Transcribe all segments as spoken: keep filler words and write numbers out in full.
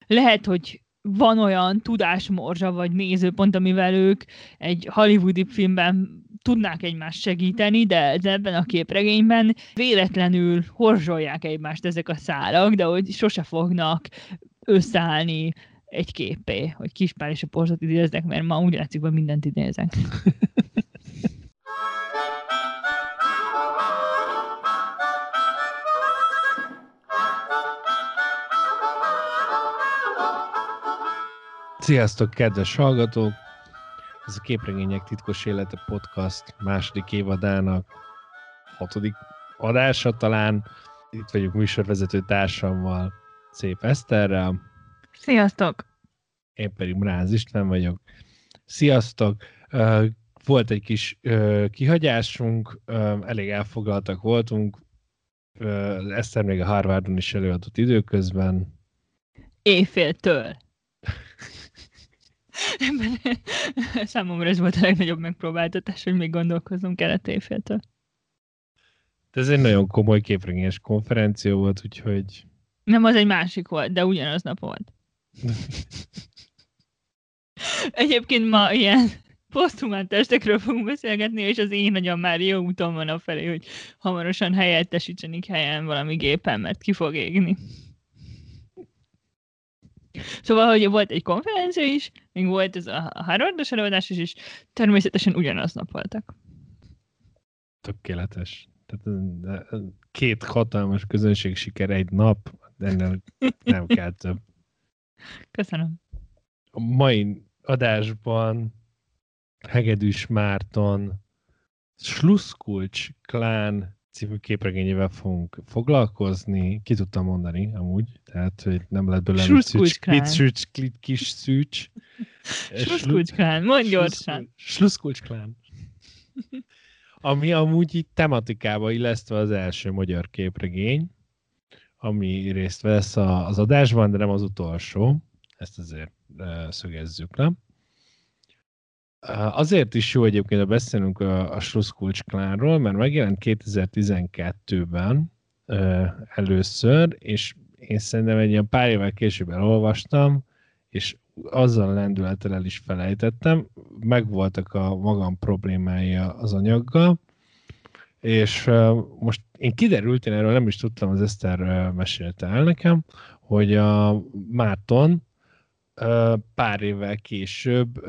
lehet, hogy van olyan tudásmorzsa vagy nézőpont, amivel ők egy hollywoodi filmben tudnák egymást segíteni, de ebben a képregényben véletlenül horzsolják egymást ezek a szálak, de hogy sose fognak összeállni egy képé, hogy Kispál és a Porzot idéznek, mert ma úgy látszik, hogy mindent idézek. Sziasztok, kedves hallgatók! Ez a Képregények titkos élete podcast második évadának hatodik adása talán. Itt vagyok műsorvezető társammal, Szép Eszterrel. Sziasztok! Én pedig Mráz István vagyok. Sziasztok! Volt egy kis kihagyásunk, elég elfoglaltak voltunk. Eszter még a Harvardon is előadott időközben. Éjféltől. Számomra ez volt a legnagyobb megpróbáltatás, hogy még gondolkoznom kellett éjféltől. Ez egy nagyon komoly képregényes konferenció volt, úgyhogy... Nem, az egy másik volt, de ugyanaz nap volt. Egyébként ma ilyen poszthumán testekről fogunk beszélgetni, és az én agyam már jó úton van afelé, hogy hamarosan helyettesítsenik helyen valami gépen, mert ki fog égni. Szóval, hogy volt egy konferencia is, még volt ez a Harvardos előadás is, és természetesen ugyanaznap voltak. Tökéletes. Tehát két hatalmas közönség siker egy nap, ennél nem kell több. Köszönöm. A mai adásban Hegedűs Márton Schlusskulcs klán című képregényével fogunk foglalkozni. Ki tudtam mondani, amúgy. Tehát, hogy nem lett belőle Schlusskulcs klán. Kis szűcs. Schlusskulcs klán. Mondj gyorsan. Schlusskulcs klán. Ami amúgy így tematikába illesztve az első magyar képregény, ami részt vesz az adásban, de nem az utolsó. Ezt azért szögezzük le. Azért is jó egyébként, ha beszélünk a, a Schlusskulcs klánról, mert megjelent kétezer-tizenkettőben először, és én szerintem egy ilyen pár évvel később elolvastam, és azzal lendülettel el is felejtettem, megvoltak a magam problémái az anyaggal, és most én kiderült, én erről nem is tudtam, az Eszter mesélte el nekem, hogy a Márton pár évvel később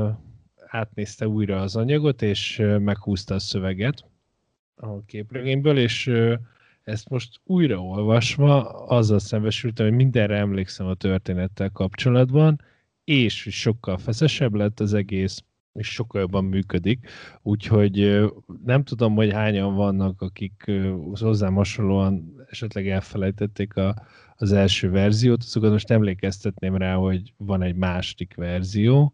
átnézte újra az anyagot, és meghúzta a szöveget a képregényből, és ezt most újraolvasva azzal szembesültem, hogy mindenre emlékszem a történettel kapcsolatban, és sokkal feszesebb lett az egész, és sokkal jobban működik. Úgyhogy nem tudom, hogy hányan vannak, akik hozzám hasonlóan esetleg elfelejtették a, az első verziót, azokat most emlékeztetném rá, hogy van egy második verzió,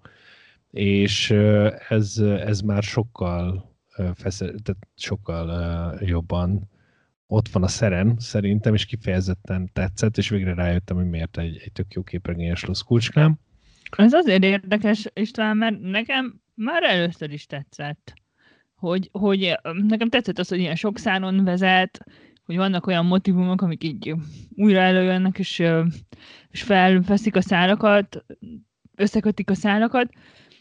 és ez, ez már sokkal, fesze, tehát sokkal jobban ott van a szeren szerintem, és kifejezetten tetszett, és végre rájöttem, hogy miért egy, egy tök jó képregényes Schlusskulcs klán. Ez azért érdekes, István, mert nekem már először is tetszett, hogy, hogy nekem tetszett az, hogy ilyen sok száron vezet, hogy vannak olyan motivumok, amik így újra előjönnek, és, és felveszik a szálakat, összekötik a szálakat,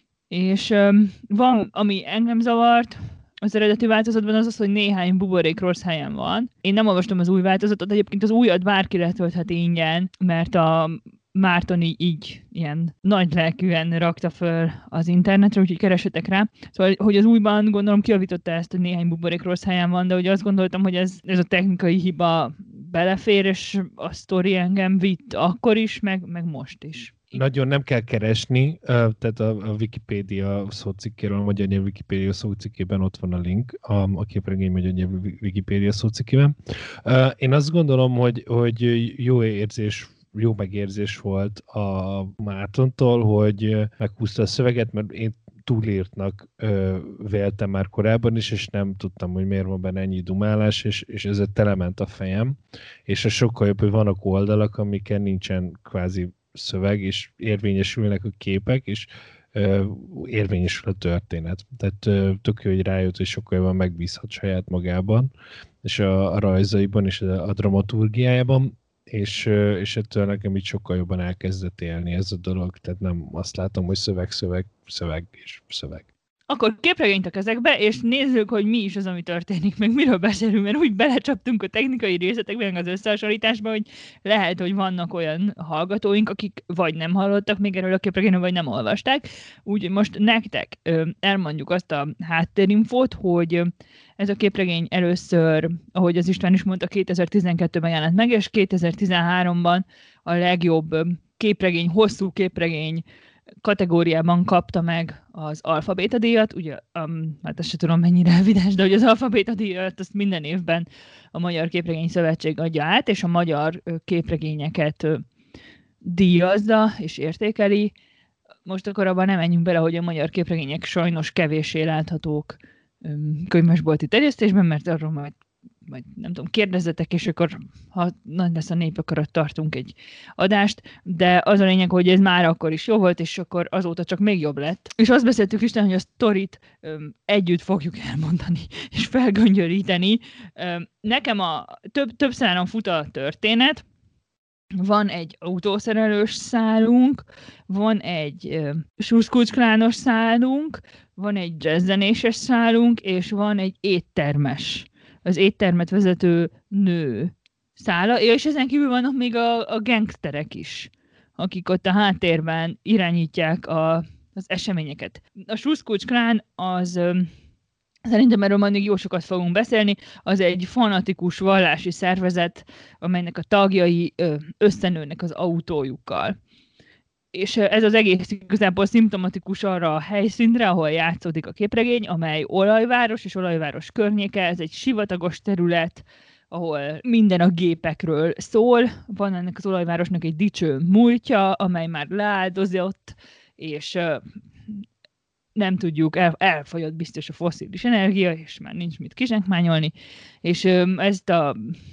és van, ami engem zavart az eredeti változatban, az az, hogy néhány buborék rossz helyen van. Én nem olvastam az új változatot, egyébként az újat bárki letölthet ingyen, mert a Márton így, így ilyen nagy lelkűen rakta föl az internetre, úgyhogy keresetek rá. Szóval, hogy az újban gondolom kijavította ezt, hogy néhány buborék rossz helyen van, de hogy azt gondoltam, hogy ez, ez a technikai hiba belefér, és a sztori engem vitt akkor is, meg, meg most is. Nagyon nem kell keresni, tehát a, a Wikipédia szócikkéről, a magyar nyelvű Wikipédia szócikkében ott van a link, a, a képregény magyar nyelvű Wikipédia szócikkében. Én azt gondolom, hogy, hogy jó érzés, jó megérzés volt a Mártontól, hogy meghúzta a szöveget, mert én túlírtnak ö, véltem már korábban is, és nem tudtam, hogy miért van benne ennyi dumálás, és, és ez telement a fejem. És a sokkal jobb, hogy vannak oldalak, amiken nincsen kvázi szöveg, és érvényesülnek a képek, és ö, érvényesül a történet. Tehát ö, tök jó, hogy rájött, hogy sokkal jobban megbízhat saját magában, és a, a rajzaiban, és a, a dramaturgiájában. és, és ettől nekem így sokkal jobban elkezdett élni ez a dolog, tehát nem azt látom, hogy szöveg, szöveg, szöveg és szöveg. Akkor képregényt a kezekbe, és nézzük, hogy mi is az, ami történik, meg miről beszélünk, mert úgy belecsaptunk a technikai részletekben, az összehasonlításba, hogy lehet, hogy vannak olyan hallgatóink, akik vagy nem hallottak még erről a képregényről, vagy nem olvasták. Úgy most nektek elmondjuk azt a háttérinfót, hogy ez a képregény először, ahogy az István is mondta, kétezer-tizenkettőben jelent meg, és kétezer-tizenháromban a legjobb képregény, hosszú képregény kategóriában kapta meg az Alfabéta díjat, ugye, um, hát azt sem tudom mennyire evidens, de hogy az Alfabéta díjat azt minden évben a Magyar Képregény Szövetség adja át, és a magyar képregényeket díjazza és értékeli. Most akkor abban nem menjünk bele, hogy a magyar képregények sajnos kevéssé láthatók könyvesbolti terjesztésben, mert arról majd majd nem tudom, kérdezzetek, és akkor ha nagy lesz a népakarat, tartunk egy adást, de az a lényeg, hogy ez már akkor is jó volt, és akkor azóta csak még jobb lett. És azt beszéltük Isten, hogy a sztorit öm, együtt fogjuk elmondani, és felgöngyöríteni. Öm, nekem a több, több száron fut a történet, van egy autószerelős szálunk, van egy Suskulcs-klános szálunk, van egy jazzzenéses szálunk, és van egy éttermes, az éttermet vezető nő szála, és ezen kívül vannak még a, a gangsterek is, akik ott a háttérben irányítják a, az eseményeket. A Suskulcs klán az, szerintem erről majd még jó sokat fogunk beszélni, az egy fanatikus vallási szervezet, amelynek a tagjai összenőnek az autójukkal. És ez az egész igazából szimptomatikus arra a helyszínre, ahol játszódik a képregény, amely olajváros és olajváros környéke, ez egy sivatagos terület, ahol minden a gépekről szól, van ennek az olajvárosnak egy dicső múltja, amely már leáldozott, és nem tudjuk, el, elfogyott biztos a fosszilis energia, és már nincs mit kizsákmányolni, és ezt a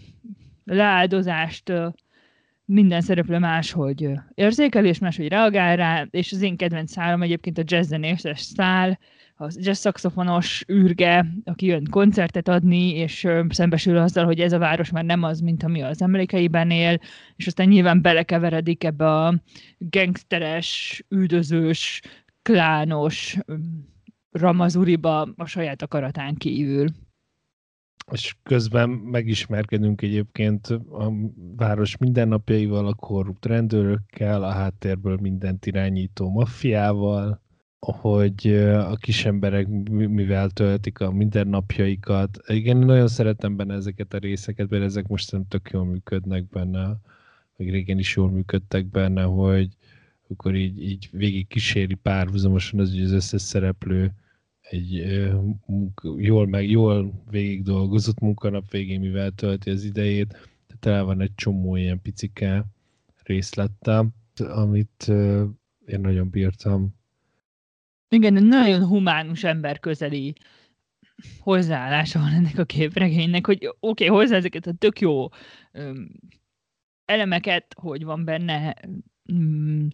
leáldozást minden szereplő máshogy érzékel, és máshogy reagál rá, és az én kedvenc szállam egyébként a jazzzenéses szál, a jazz szaxofonos űrge, aki jön koncertet adni, és szembesül azzal, hogy ez a város már nem az, mint ami az emlékeiben él, és aztán nyilván belekeveredik ebbe a gangsteres, üldözős, klános ramazuriba a saját akaratán kívül. És közben megismerkedünk egyébként a város mindennapjaival, a korrupt rendőrökkel, a háttérből mindent irányító maffiával, hogy a kis emberek mivel töltik a mindennapjaikat. Igen, nagyon szeretem benne ezeket a részeket, mert ezek most szerintem tök jól működnek benne, meg régen is jól működtek benne, hogy akkor így, így végig kíséri párhuzamosan az, hogy az összes szereplő egy munka, jól, meg, jól végig dolgozott munkanap végén, mivel tölti az idejét. Tehát el van egy csomó ilyen picike részlettel, amit uh, én nagyon bírtam. Igen, nagyon humánus, emberközeli hozzáállása van ennek a képregénynek, hogy oké, okay, hozzá ezeket a tök jó um, elemeket, hogy van benne um,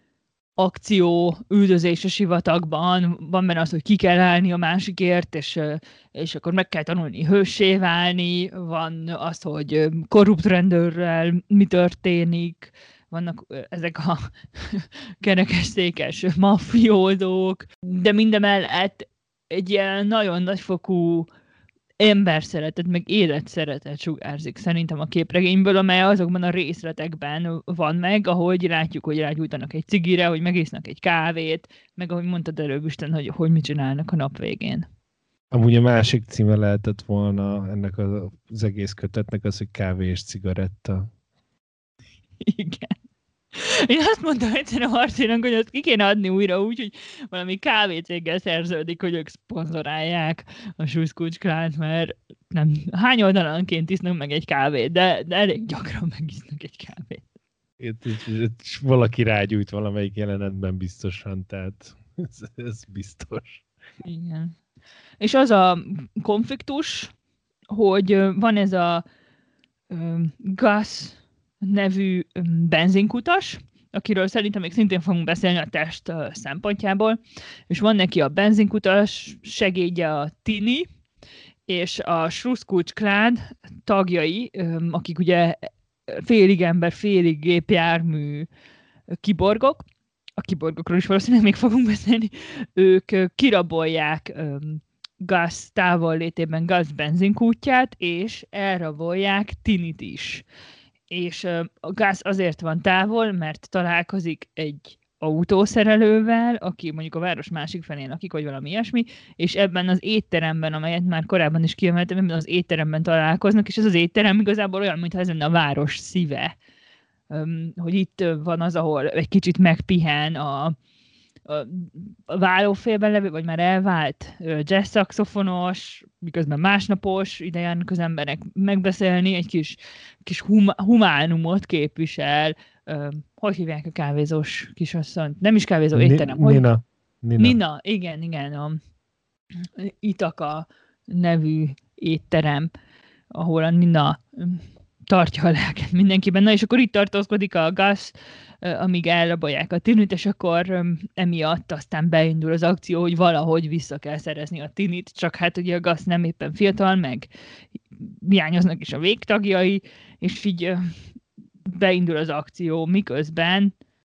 akció, üldözés a sivatagban, van benne az, hogy ki kell állni a másikért, és, és akkor meg kell tanulni hőssé válni, van az, hogy korrupt rendőrrel mi történik, vannak ezek a kerekesszékes maffiózók, de mindemellett egy ilyen nagyon nagyfokú emberszeretet, meg életszeretet sugárzik szerintem a képregényből, amely azokban a részletekben van meg, ahogy látjuk, hogy rágyújtanak egy cigire, hogy megisznak egy kávét, meg ahogy mondtad előbb Isten, hogy, hogy mit csinálnak a nap végén. Amúgy a másik címe lehetett volna ennek az egész kötetnek az, hogy kávé és cigaretta. Igen. Én azt mondtam egyszer a Marcinak, hogy azt ki kéne adni újra úgy, hogy valami kávécéggel szerződik, hogy ők szponzorálják a Suskulcs klánt, mert nem, hány oldalanként isznak meg egy kávét, de, de elég gyakran megisznak egy kávét. Itt, itt, itt valaki rágyújt valamelyik jelenetben biztosan, tehát ez, ez biztos. Igen. És az a konfliktus, hogy van ez a um, Gus nevű benzinkutas, akiről szerintem még szintén fogunk beszélni a test szempontjából, és van neki a benzinkutas segédje a Tini, és a Suskulcs klán tagjai, akik ugye félig ember, félig gépjármű kiborgok, a kiborgokról is valószínűleg még fogunk beszélni, ők kirabolják Gus távollétében Gus benzinkútját, és elrabolják Tinit is. És a Gus azért van távol, mert találkozik egy autószerelővel, aki mondjuk a város másik felén lakik, vagy valami ilyesmi, és ebben az étteremben, amelyet már korábban is kiemeltem, ebben az étteremben találkoznak, és ez az étterem igazából olyan, mintha ez lenne a város szíve. Hogy itt van az, ahol egy kicsit megpihen a, a, a válófélben levő, vagy már elvált jazz szaxofonos, miközben másnapos ide járnak az emberek megbeszélni, egy kis, kis hum, humánumot képvisel. Hogy hívják a kávézós kisasszonyt? Nem is kávézó, étterem. Hogy... Nina. Nina. Nina, igen, igen. A Itaka nevű étterem, ahol a Nina tartja a lelket mindenkiben. Na és akkor itt tartózkodik a Gus, amíg elrabolják a Tinit, és akkor emiatt aztán beindul az akció, hogy valahogy vissza kell szerezni a Tinit, csak hát ugye a Gus nem éppen fiatal, meg hiányoznak is a végtagjai, és így beindul az akció, miközben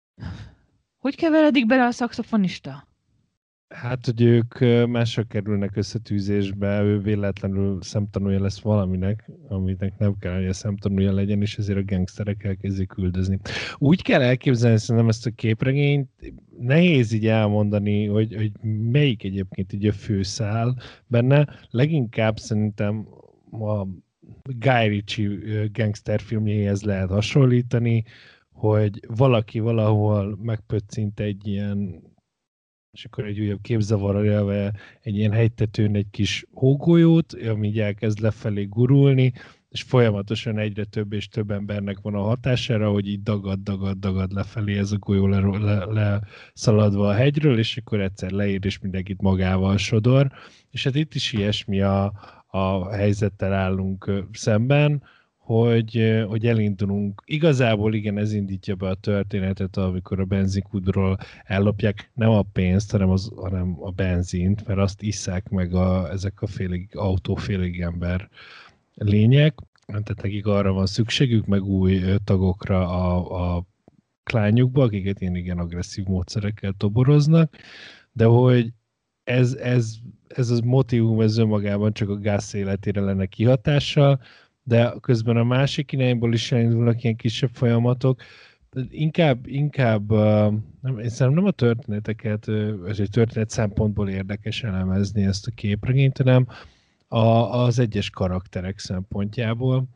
hogy keveredik bele a szaxofonista? Hát, hogy ők másra kerülnek összetűzésbe, ő véletlenül szemtanúja lesz valaminek, aminek nem kell, hogy a szemtanúja legyen, és ezért a gangsterek elkezdik küldözni. Úgy kell elképzelni szerintem ezt a képregényt, nehéz így elmondani, hogy, hogy melyik egyébként így a főszál benne, leginkább szerintem a Guy Ritchie gangsterfilmjéhez lehet hasonlítani, hogy valaki valahol megpöccint egy ilyen, és akkor egy újabb képzavarra élve egy ilyen hegytetőn egy kis hógolyót, ami így elkezd lefelé gurulni, és folyamatosan egyre több és több embernek van a hatására, hogy így dagad, dagad, dagad lefelé ez a golyó leszaladva le, le a hegyről, és akkor egyszer leér, és mindenkit magával sodor. És hát itt is ilyesmi a, a helyzettel állunk szemben, hogy, hogy elindulunk. Igazából igen, ez indítja be a történetet, amikor a benzinkútról ellopják nem a pénzt, hanem, az, hanem a benzint, mert azt isszák meg a, ezek a félig autó, félig ember lények. Tehát nekik arra van szükségük, meg új tagokra a, a klánjukba, akiket ilyen igen agresszív módszerekkel toboroznak, de hogy ez, ez, ez az motívum, ez önmagában csak a Gus életére lenne kihatással, de közben a másik irányból is elindulnak ilyen kisebb folyamatok. Inkább, inkább nem, én szerintem nem a történeteket, ez egy történet szempontból érdekes elemezni ezt a képregényt, hanem a, az egyes karakterek szempontjából,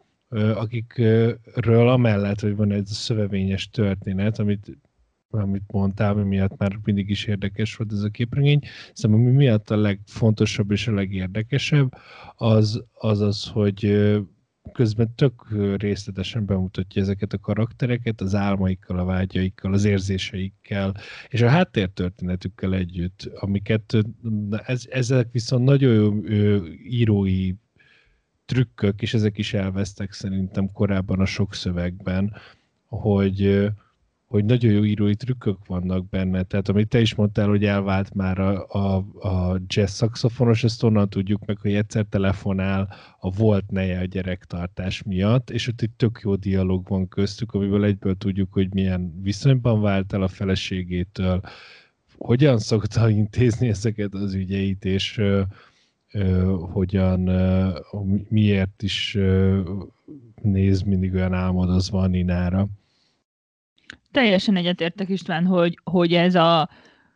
akikről amellett, hogy van egy szövevényes történet, amit, amit mondtál, ami miatt már mindig is érdekes volt ez a képregény, szerintem ami miatt a legfontosabb és a legérdekesebb, az az, az hogy közben tök részletesen bemutatja ezeket a karaktereket, az álmaikkal, a vágyaikkal, az érzéseikkel, és a háttértörténetükkel együtt, amiket ez, ezek viszont nagyon jó írói trükkök, és ezek is elvesztek szerintem korábban a sok szövegben, hogy, hogy nagyon jó írói trükkök vannak benne. Tehát amit te is mondtál, hogy elvált már a, a, a jazz szaxofonos, ezt onnan tudjuk meg, hogy egyszer telefonál a volt neje a gyerektartás miatt, és ott egy tök jó dialóg van köztük, amiből egyből tudjuk, hogy milyen viszonyban vált el a feleségétől, hogyan szokta intézni ezeket az ügyeit, és ö, ö, hogyan, ö, miért is ö, néz mindig olyan álmodozva a Ninára. Teljesen egyetértek, István, hogy, hogy ez a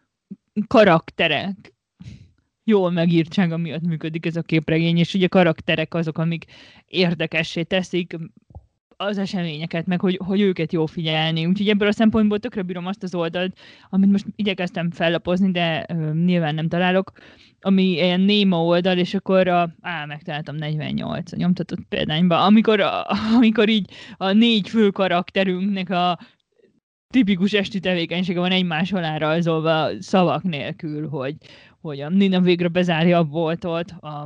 karakterek jól megírtsága miatt működik ez a képregény, és ugye a karakterek azok, amik érdekessé teszik az eseményeket, meg hogy, hogy őket jó figyelni. Úgyhogy ebből a szempontból tökre bírom azt az oldalt, amit most igyekeztem fellapozni, de uh, nyilván nem találok, ami ilyen néma oldal, és akkor a, á, megtaláltam negyvennyolc a nyomtatott példányba, amikor, a, amikor így a négy fő karakterünknek a tipikus esti tevékenysége van egymás alá rajzolva szavak nélkül, hogy, hogy a Nina végre bezárja a boltot, a,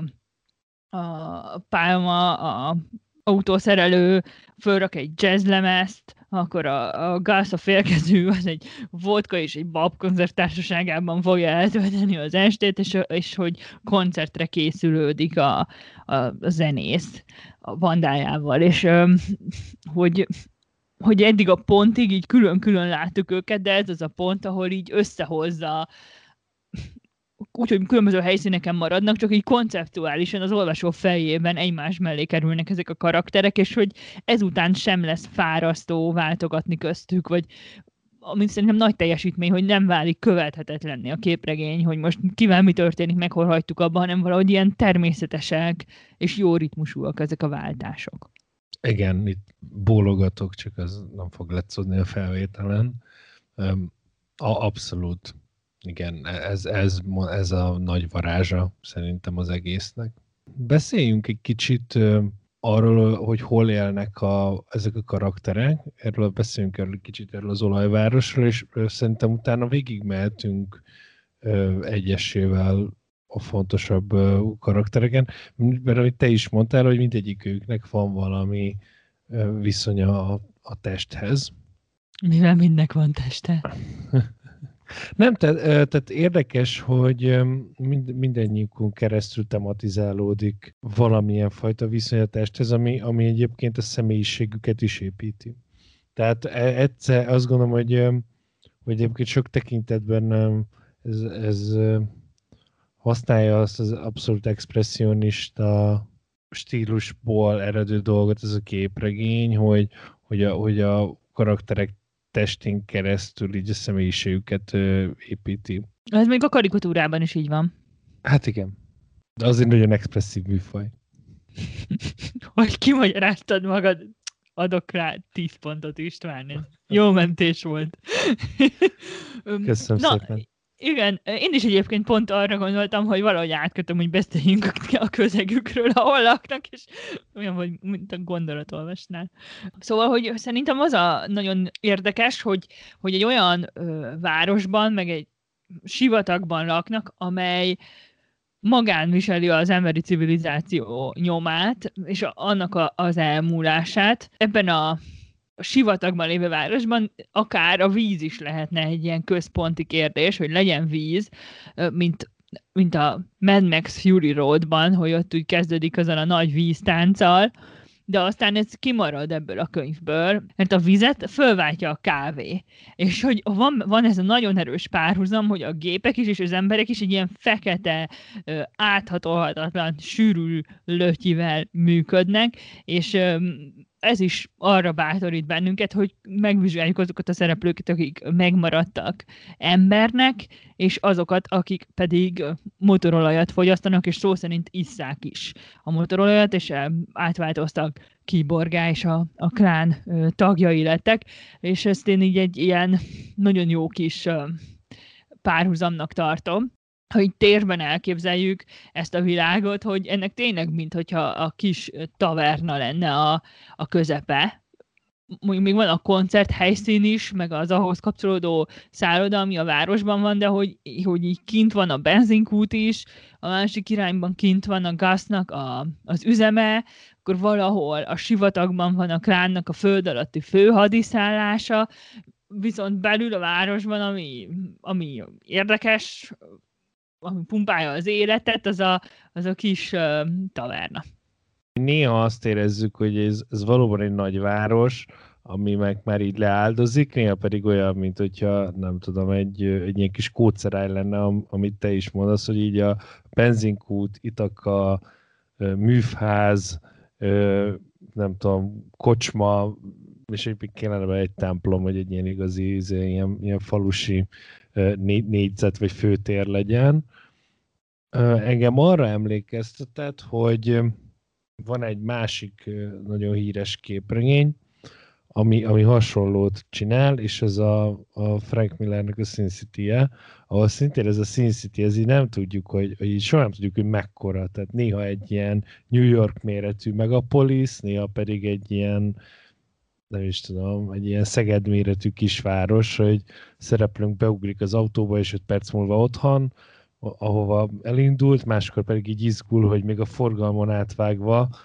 a Pálma, a autószerelő fölrak egy jazzlemezt, akkor a, a Gus, a félkezű, az egy vodka és egy bab koncerttársaságában fogja eltölteni az estét, és, és hogy koncertre készülődik a, a, a zenész a bandájával, és hogy hogy eddig a pontig így külön-külön láttuk őket, de ez az a pont, ahol így összehozza, úgyhogy különböző helyszíneken maradnak, csak így konceptuálisan az olvasó fejében egymás mellé kerülnek ezek a karakterek, és hogy ezután sem lesz fárasztó váltogatni köztük, vagy amit szerintem nagy teljesítmény, hogy nem válik követhetetlenné a képregény, hogy most kivel mi történik, meg hol hagytuk abba, hanem valahogy ilyen természetesek és jó ritmusúak ezek a váltások. Igen, itt bólogatok, csak az nem fog lecodni a felvételen. Abszolút, igen, ez, ez, ez a nagy varázsa szerintem az egésznek. Beszéljünk egy kicsit arról, hogy hol élnek a, ezek a karakterek, erről beszéljünk erről kicsit erről az olajvárosról, és szerintem utána végigmehetünk egyesével a fontosabb karaktereken, mert amit te is mondtál, hogy mindegyiküknek van valami viszonya a, a testhez. Mivel mindnek van teste? Nem, tehát, tehát érdekes, hogy mind, mindennyiukon keresztül tematizálódik valamilyen fajta viszony a testhez, ami, ami egyébként a személyiségüket is építi. Tehát egyszer azt gondolom, hogy, hogy egyébként sok tekintetben ez, ez használja azt az abszolút expresszionista stílusból eredő dolgot, ez a képregény, hogy, hogy, a, hogy a karakterek testén keresztül így a személyiségüket ö, építi. Ez még a karikatúrában is így van. Hát igen. De azért nagyon expresszív műfaj. Hogy kimagyaráztad magad, adok rá tíz pontot, István. Jó mentés volt. Köszönöm Na, szépen. Igen, én is egyébként pont arra gondoltam, hogy valahogy átkötöm, hogy beszéljünk a közegükről, ahol laknak, és olyan vagy, mint a gondolatolvasnál. Szóval, hogy szerintem az a nagyon érdekes, hogy, hogy egy olyan ö, városban, meg egy sivatagban laknak, amely magán viseli az emberi civilizáció nyomát, és annak a, az elmúlását. Ebben a a sivatagban lévő városban akár a víz is lehetne egy ilyen központi kérdés, hogy legyen víz, mint, mint a Mad Max Fury Roadban, hogy ott úgy kezdődik azon a nagy víztánccal, de aztán ez kimarad ebből a könyvből, mert a vizet fölváltja a kávé. És hogy van, van ez a nagyon erős párhuzam, hogy a gépek is és az emberek is egy ilyen fekete, áthatolhatatlan, sűrű lötyivel működnek, és ez is arra bátorít bennünket, hogy megvizsgáljuk azokat a szereplőket, akik megmaradtak embernek, és azokat, akik pedig motorolajat fogyasztanak, és szó szerint isszák is a motorolajat, és átváltoztak kiborgá, és a, a klán tagjai lettek, és ezt én így egy ilyen nagyon jó kis párhuzamnak tartom, hogy térben elképzeljük ezt a világot, hogy ennek tényleg, minthogyha a kis taverna lenne a, a közepe. Még van a koncert helyszín is, meg az ahhoz kapcsolódó szálloda, ami a városban van, de hogy, hogy így kint van a benzinkút is, a másik irányban kint van a Gusnak a, az üzeme, akkor valahol a sivatagban van a klánnak a föld alatti főhadiszállása, viszont belül a városban, ami, ami érdekes, ami pumpálja az életet, az a, az a kis uh, taverna. Néha azt érezzük, hogy ez, ez valóban egy nagy város, ami meg már így leáldozik, néha pedig olyan, mint hogyha, nem tudom, egy, egy ilyen kis kóceráj lenne, amit te is mondasz, hogy így a benzinkút, Itaka, művház, nem tudom, kocsma, és egyébként kellene be egy templom, vagy egy ilyen igazi, ilyen, ilyen falusi négy, négyzet vagy főtér legyen. Engem arra emlékeztetett, hogy van egy másik nagyon híres képregény, ami, ami hasonlót csinál, és ez a, a Frank Millernek a Sin City-je, ahol szintén ez a Sin City, ez így nem tudjuk, hogy, hogy így soha nem tudjuk, hogy mekkora. Tehát néha egy ilyen New York méretű megapolis, néha pedig egy ilyen, nem is tudom, egy ilyen Szeged méretű kisváros, hogy szereplőnk beugrik az autóba, és öt perc múlva otthon, ahova elindult, máskor pedig így izgul, hogy még a forgalmon átvágva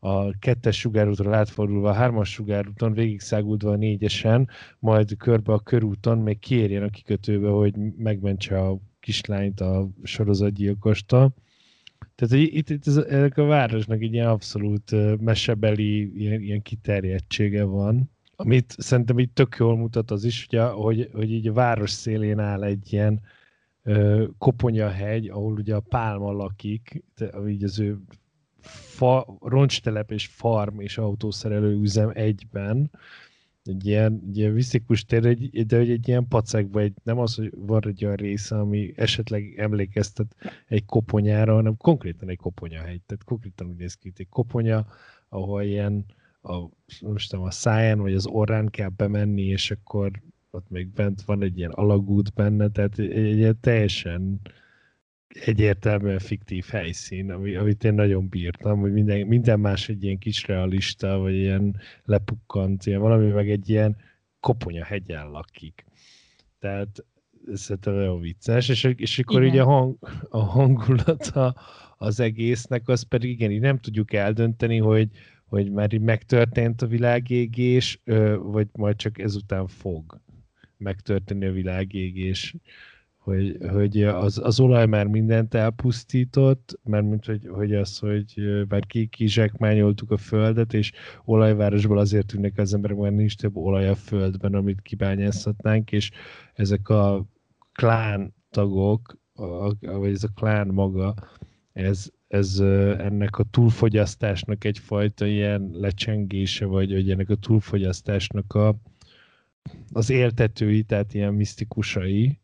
a kettes sugárútról átfordulva a hármas sugárúton, végigszáguldva a négyesen, majd körbe a körúton még kiérjen a kikötőbe, hogy megmentse a kislányt a sorozatgyilkostól. Tehát itt, itt ez, ennek a városnak egy ilyen abszolút mesebeli ilyen, ilyen kiterjedtsége van, amit szerintem így tök jól mutat az is, ugye, hogy, hogy így a város szélén áll egy ilyen ö, koponyahegy, ahol ugye a pálma lakik, így az ő fa, roncstelep és farm és autószerelő üzem egyben, egy ilyen, egy ilyen visztikus tér, egy, de egy ilyen pacekban, egy, nem az, hogy van egy olyan része, ami esetleg emlékeztet egy koponyára, hanem konkrétan egy koponyahegy. Tehát konkrétan úgy néz ki, egy koponya, ahol ilyen a, most nem a száján vagy az orrán kell bemenni, és akkor ott még bent van egy ilyen alagút benne, tehát egy, egy ilyen teljesen egyértelműen fiktív helyszín, ami, amit én nagyon bírtam, hogy minden, minden más egy ilyen kis realista, vagy ilyen lepukkant, ilyen valami meg egy ilyen koponya hegyen lakik. Tehát ez szerintem nagyon vicces, és, és akkor igen. Ugye a, hang, a hangulata az egésznek, az pedig igen, így nem tudjuk eldönteni, hogy, hogy már így megtörtént a világégés, vagy majd csak ezután fog megtörténni a világégés. Hogy, hogy az, az olaj már mindent elpusztított, mert mint hogy, hogy az, hogy már ki, kizsákmányoltuk a földet, és olajvárosból azért tűnnek az emberek, mert nincs több olaj a földben, amit kibányászhatnánk, és ezek a klán tagok, vagy ez a klán maga, ez, ez ennek a túlfogyasztásnak egyfajta ilyen lecsengése, vagy hogy ennek a túlfogyasztásnak a, az éltetői, tehát ilyen misztikusai,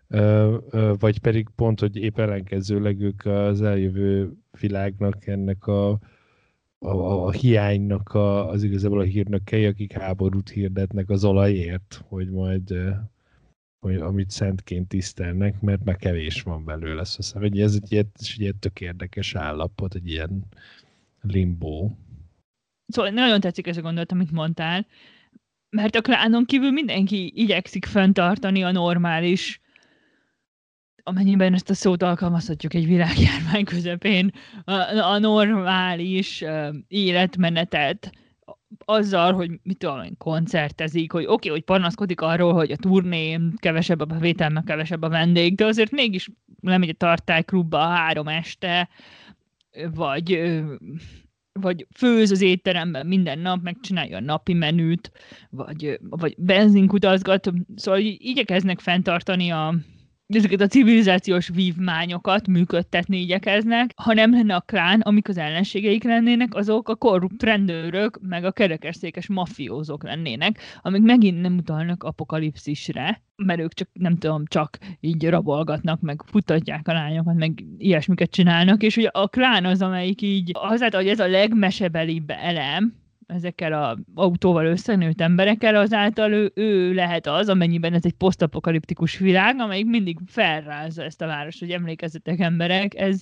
vagy pedig pont, hogy épp ellenkezőleg ők az eljövő világnak, ennek a, a, a hiánynak a, az igazából a hírnökei, akik háborút hirdetnek az olajért, hogy majd hogy amit szentként tisztelnek, mert meg kevés van belőle. Szóval ez egy ilyen, egy ilyen tök érdekes állapot, egy ilyen limbo. Szóval nagyon tetszik ez a gondolat, amit mondtál, mert a klánon kívül mindenki igyekszik fenntartani a normális, amennyiben ezt a szót alkalmazhatjuk egy világjárvány közepén, a, a normális uh, életmenetet azzal, hogy mit tudom, koncertezik, hogy oké, okay, hogy panaszkodik arról, hogy a turné kevesebb a bevétel, meg kevesebb a vendég, de azért mégis lemegy a tartályklubba három este, vagy, vagy főz az étteremben minden nap, megcsinálja a napi menüt, vagy, vagy benzinkutazgat, szóval igyekeznek fenntartani a ezeket a civilizációs vívmányokat működtetni igyekeznek, ha nem lenne a klán, amik az ellenségeik lennének, azok a korrupt rendőrök, meg a kerekesszékes mafiózók lennének, amik megint nem utalnak apokalipszisre, mert ők csak, nem tudom, csak így rabolgatnak, meg futtatják a lányokat, meg ilyesmiket csinálnak, és ugye a klán az, amelyik így, azáltal, hogy ez a legmesebelibb elem, ezekkel az autóval összenőtt emberekkel, azáltal ő, ő lehet az, amennyiben ez egy posztapokaliptikus világ, amelyik mindig felrázza ezt a várost, hogy emlékezzetek emberek, ez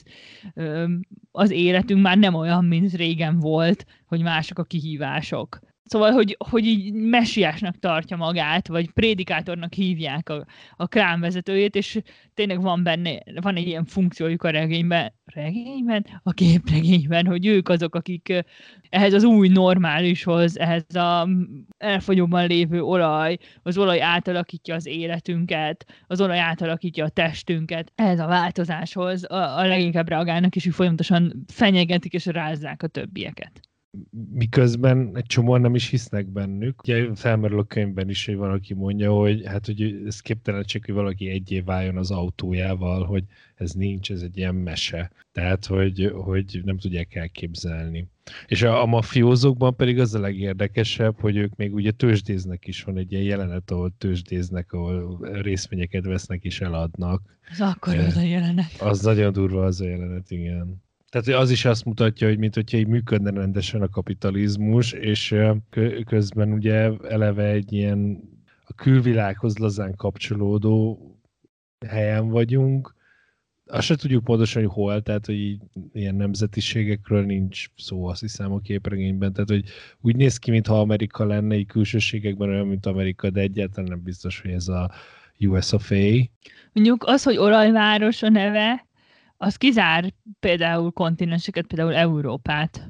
az életünk már nem olyan, mint régen volt, hogy mások a kihívások. Szóval, hogy, hogy így messiásnak tartja magát, vagy prédikátornak hívják a, a klán vezetőjét, és tényleg van benne, van egy ilyen funkciójuk a regényben, regényben? A képregényben, hogy ők azok, akik ehhez az új normálishoz, ehhez az elfogyóban lévő olaj, az olaj átalakítja az életünket, az olaj átalakítja a testünket, ehhez a változáshoz a, a leginkább reagálnak, és így folyamatosan fenyegetik és rázzák a többieket. Miközben egy csomóan nem is hisznek bennük. Ugye felmerül a könyvben is, hogy van, aki mondja, hogy hát, hogy ez képtelenség, hogy valaki egyé váljon az autójával, hogy ez nincs, ez egy ilyen mese. Tehát, hogy, hogy nem tudják elképzelni. És a, a mafiózókban pedig az a legérdekesebb, hogy ők még ugye tőzsdéznek is, van egy ilyen jelenet, ahol tőzsdéznek, ahol részvényeket vesznek és eladnak. Az akkor az a jelenet. Az nagyon durva az a jelenet, igen. Tehát az is azt mutatja, hogy mint hogyha így működne rendesen a kapitalizmus, és közben ugye eleve egy ilyen a külvilághoz lazán kapcsolódó helyen vagyunk. Azt se tudjuk pontosan, hogy hol, tehát hogy így, ilyen nemzetiségekről nincs szó, azt hiszem a képregényben. Tehát hogy úgy néz ki, mintha Amerika lenne, így külsőségekben olyan, mint Amerika, de egyáltalán nem biztos, hogy ez a U S of A. Mondjuk az, hogy olajváros a neve, az kizár például kontinenseket, például Európát.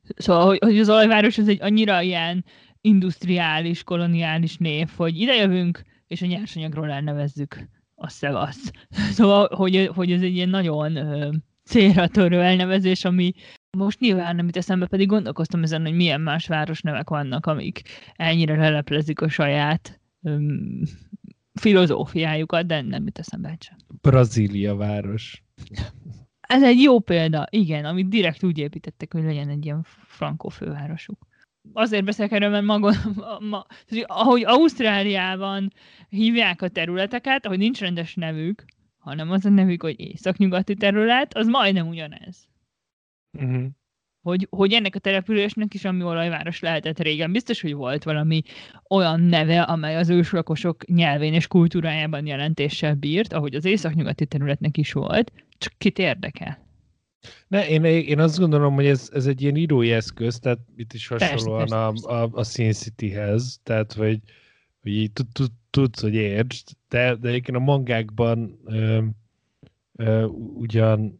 Szóval, hogy, hogy az olajváros az egy annyira ilyen industriális, koloniális név, hogy idejövünk, és a nyersanyagról elnevezzük a szevasz. Szóval, hogy, hogy ez egy ilyen nagyon ö, célra törő elnevezés, ami most nyilván nem jut eszembe, pedig gondolkoztam ezen, hogy milyen más városnevek vannak, amik ennyire leleplezik a saját öm, filozófiájukat, de nem jut eszembe sem. Brazília város. Ez egy jó példa, igen, amit direkt úgy építettek, hogy legyen egy ilyen frankó fővárosuk. Azért beszélek erről, mert maga, ma, ahogy Ausztráliában hívják a területeket, ahogy nincs rendes nevük, hanem az a nevük, hogy északnyugati terület, az majdnem ugyanez. Uh-huh. Hogy, hogy ennek a településnek is, ami olajváros lehetett régen, biztos, hogy volt valami olyan neve, amely az őslakosok nyelvén és kultúrájában jelentéssel bírt, ahogy az északnyugati területnek is volt, csak kit érdekel. Ne, én, én azt gondolom, hogy ez, ez egy ilyen írói eszköz, tehát itt is hasonlóan persze, persze, a, a, a Sin Cityhez, tehát hogy, hogy így tudsz, hogy értsd, de, de egyébként a mangákban ö, ö, ugyan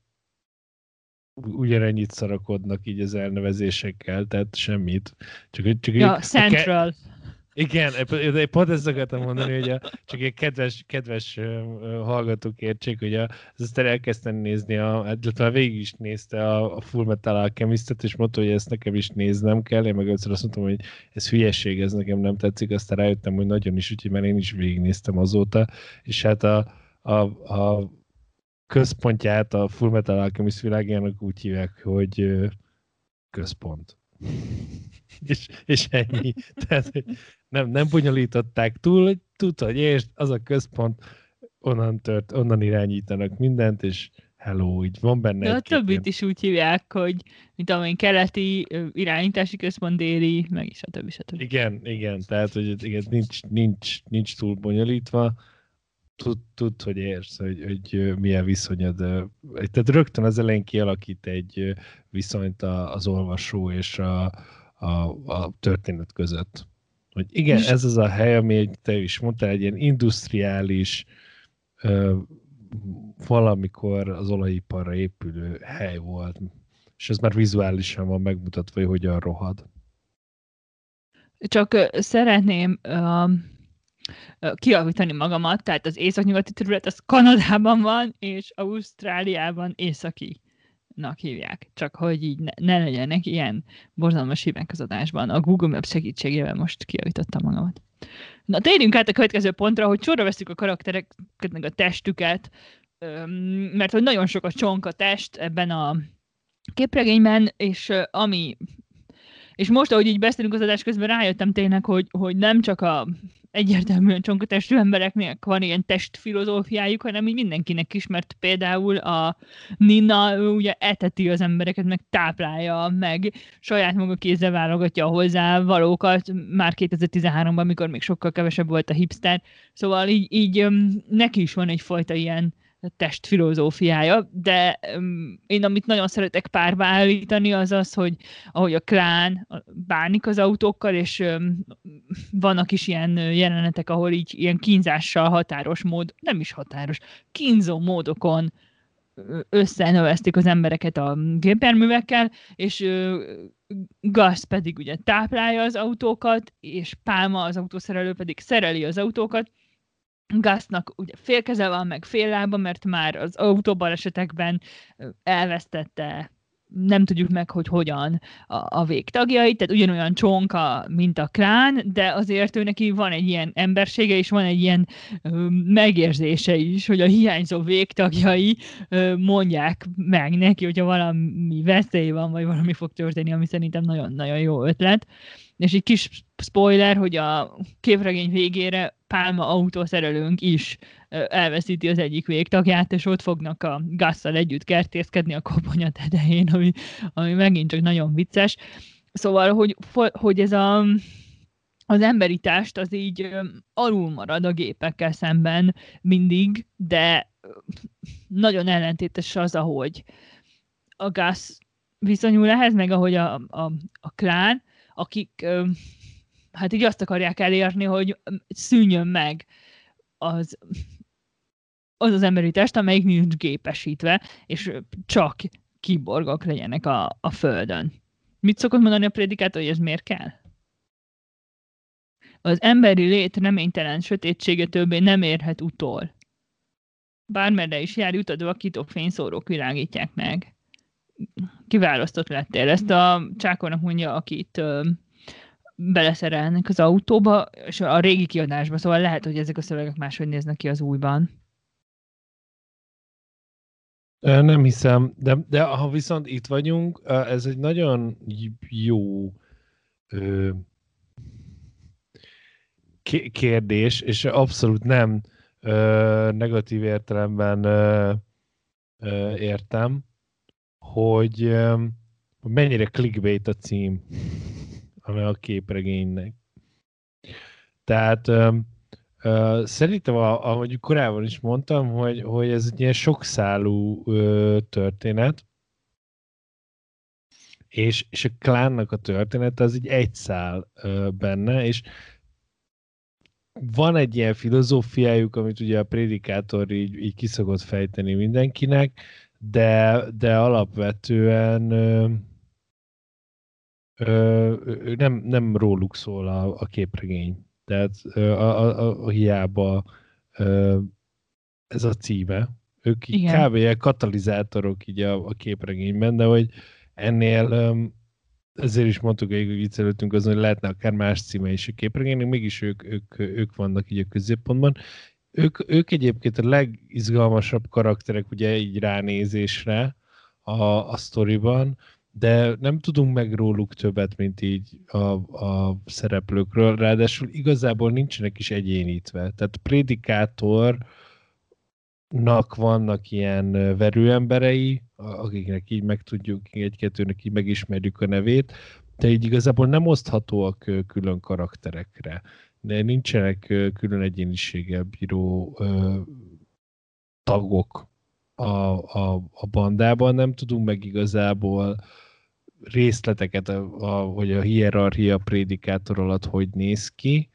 ugyanennyit szarakodnak így az elnevezésekkel, tehát semmit. Csak, csak ja, Central. Ke- igen, pont ezt akartam mondani, hogy a, csak egy kedves, kedves hallgatók értsék, hogy a, aztán elkezdtem nézni, a, hát végig is nézte a, a Full Metal Alchemist-et, és mondta, hogy ezt nekem is néznem kell. Én meg egyszer azt mondtam, hogy ez hülyeség, ez nekem nem tetszik, aztán rájöttem, hogy nagyon is, úgyhogy már én is végignéztem azóta, és hát a, a, a központját a Full Metal Alchemist világának úgy hívják, hogy központ. és, és ennyi. Tehát nem, nem bonyolították túl, hogy tudta, hogy és az a központ, onnan, tört, onnan irányítanak mindent, és hello, így van benne. De a többit is úgy hívják, hogy mint amilyen keleti irányítási központ, déli, meg is a többi, stb. Igen, igen, tehát hogy igen, nincs, nincs, nincs túl bonyolítva. Tud, tud, hogy érsz, hogy, hogy milyen viszonyod. Tehát rögtön az elején kialakít egy viszonyt az olvasó és a, a, a történet között. Hogy igen, ez az a hely, ami egy, te is mondtál, egy ilyen industriális, ö, valamikor az olajiparra épülő hely volt. És ez már vizuálisan van megmutatva, hogy hogyan rohad. Csak uh, szeretném uh, kiavítani magamat, tehát az északnyugati terület az Kanadában van, és Ausztráliában északinak hívják. Csak hogy így ne, ne legyenek ilyen borzalmas hívek az adásban. A Google Maps segítségével most kiavítottam magamat. Na, térjünk át a következő pontra, hogy sorra veszük a karaktereket, meg a testüket, mert hogy nagyon sok a csonka test ebben a képregényben, és ami... És most, ahogy így beszélünk az adás közben, rájöttem tényleg, hogy, hogy nem csak a egyértelműen csonkatestű embereknek van ilyen testfilozófiájuk, hanem így mindenkinek is, mert például a Nina, ő ugye eteti az embereket, meg táplálja, meg saját maga kézzel válogatja a hozzá valókat, már kétezer-tizenháromban, amikor még sokkal kevesebb volt a hipster. Szóval így, így neki is van egyfajta ilyen testfilozófiája, de um, én amit nagyon szeretek párba állítani, az az, hogy ahogy a klán bánik az autókkal, és um, vannak is ilyen jelenetek, ahol így ilyen kínzással határos mód, nem is határos, kínzó módokon összenövesztik az embereket a gépjárművekkel, és uh, Gus pedig ugye táplálja az autókat, és Pálma, az autószerelő pedig szereli az autókat. Gusnak ugye fél keze van, meg fél lába, mert már az autóbalesetekben elvesztette, nem tudjuk meg, hogy hogyan a, a végtagjait, tehát ugyanolyan csonka, mint a klán, de azért ő neki van egy ilyen embersége, és van egy ilyen ö, megérzése is, hogy a hiányzó végtagjai ö, mondják meg neki, hogyha valami veszély van, vagy valami fog történni, ami szerintem nagyon-nagyon jó ötlet. És egy kis spoiler, hogy a képregény végére Pálma autószerelőnk is elveszíti az egyik végtagját, és ott fognak a Gusszal együtt kertészkedni a koponya tetején, ami, ami megint csak nagyon vicces. Szóval, hogy, hogy ez a, az emberi test az így alul marad a gépekkel szemben mindig, de nagyon ellentétes az, ahogy a Gus viszonyul ehhez, meg ahogy a, a, a klán, akik hát így azt akarják elérni, hogy szűnjön meg az az, az emberi test, amelyik nincs gépesítve, és csak kiborgok legyenek a, a Földön. Mit szokott mondani a prédikátor, hogy ez miért kell? Az emberi lét reménytelen sötétsége többé nem érhet utol. Bármerre is jár, jutadva kitok fényszórók világítják meg. Kiválasztott lettél. Ezt a Csákornak mondja, akit ö, beleszerelnek az autóba, és a régi kiadásba, szóval lehet, hogy ezek a szövegek máshogy néznek ki az újban. Nem hiszem, de, de ha viszont itt vagyunk, ez egy nagyon jó ö, kérdés, és abszolút nem ö, negatív értelemben ö, ö, értem, hogy ö, mennyire clickbait a cím a képregénynek. Tehát ö, ö, szerintem, ahogy korábban is mondtam, hogy, hogy ez egy ilyen sokszálú ö, történet, és, és a klánnak a története az így egy szál ö, benne, és van egy ilyen filozófiájuk, amit ugye a prédikátor így, így ki szokott fejteni mindenkinek, de, de alapvetően ö, ö, nem, nem róluk szól a, a képregény. Tehát ö, a, a, a hiába ö, ez a címe. Ők így kb. Katalizátorok így a, a képregényben, de hogy ennél ö, ezért is mondtuk, hogy viccelődtünk azon, hogy lehetne akár más címe is a képregénynek, mégis ők, ők, ők vannak így a középpontban. Ők, ők egyébként a legizgalmasabb karakterek ugye így ránézésre a, a sztoriban, de nem tudunk meg róluk többet, mint így a, a szereplőkről, ráadásul igazából nincsenek is egyénítve. Tehát prédikátornak vannak ilyen verőemberei, akiknek így megtudjuk, egy-kettőnek így megismerjük a nevét, de így igazából nem oszthatóak külön karakterekre. De nincsenek külön egyéniséggel bíró ö, tagok a, a, a bandában, nem tudunk meg igazából részleteket, a, a, hogy a hierarchia prédikátor alatt hogy néz ki,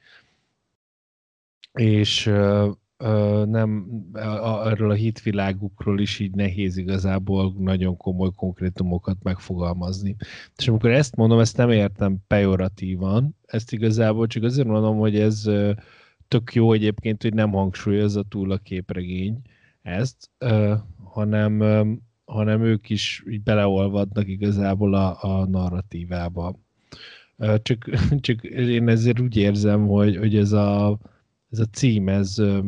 és ö, ö, nem, a, erről a hitvilágukról is így nehéz igazából nagyon komoly konkrétumokat megfogalmazni. És amikor ezt mondom, ezt nem értem pejoratívan, ezt igazából csak azért mondom, hogy ez ö, tök jó egyébként, hogy nem hangsúlyozza túl a képregény ezt, ö, hanem, ö, hanem ők is így beleolvadnak igazából a, a narratívába. Ö, csak, csak én ezért úgy érzem, hogy, hogy ez a ez a cím, ez ö,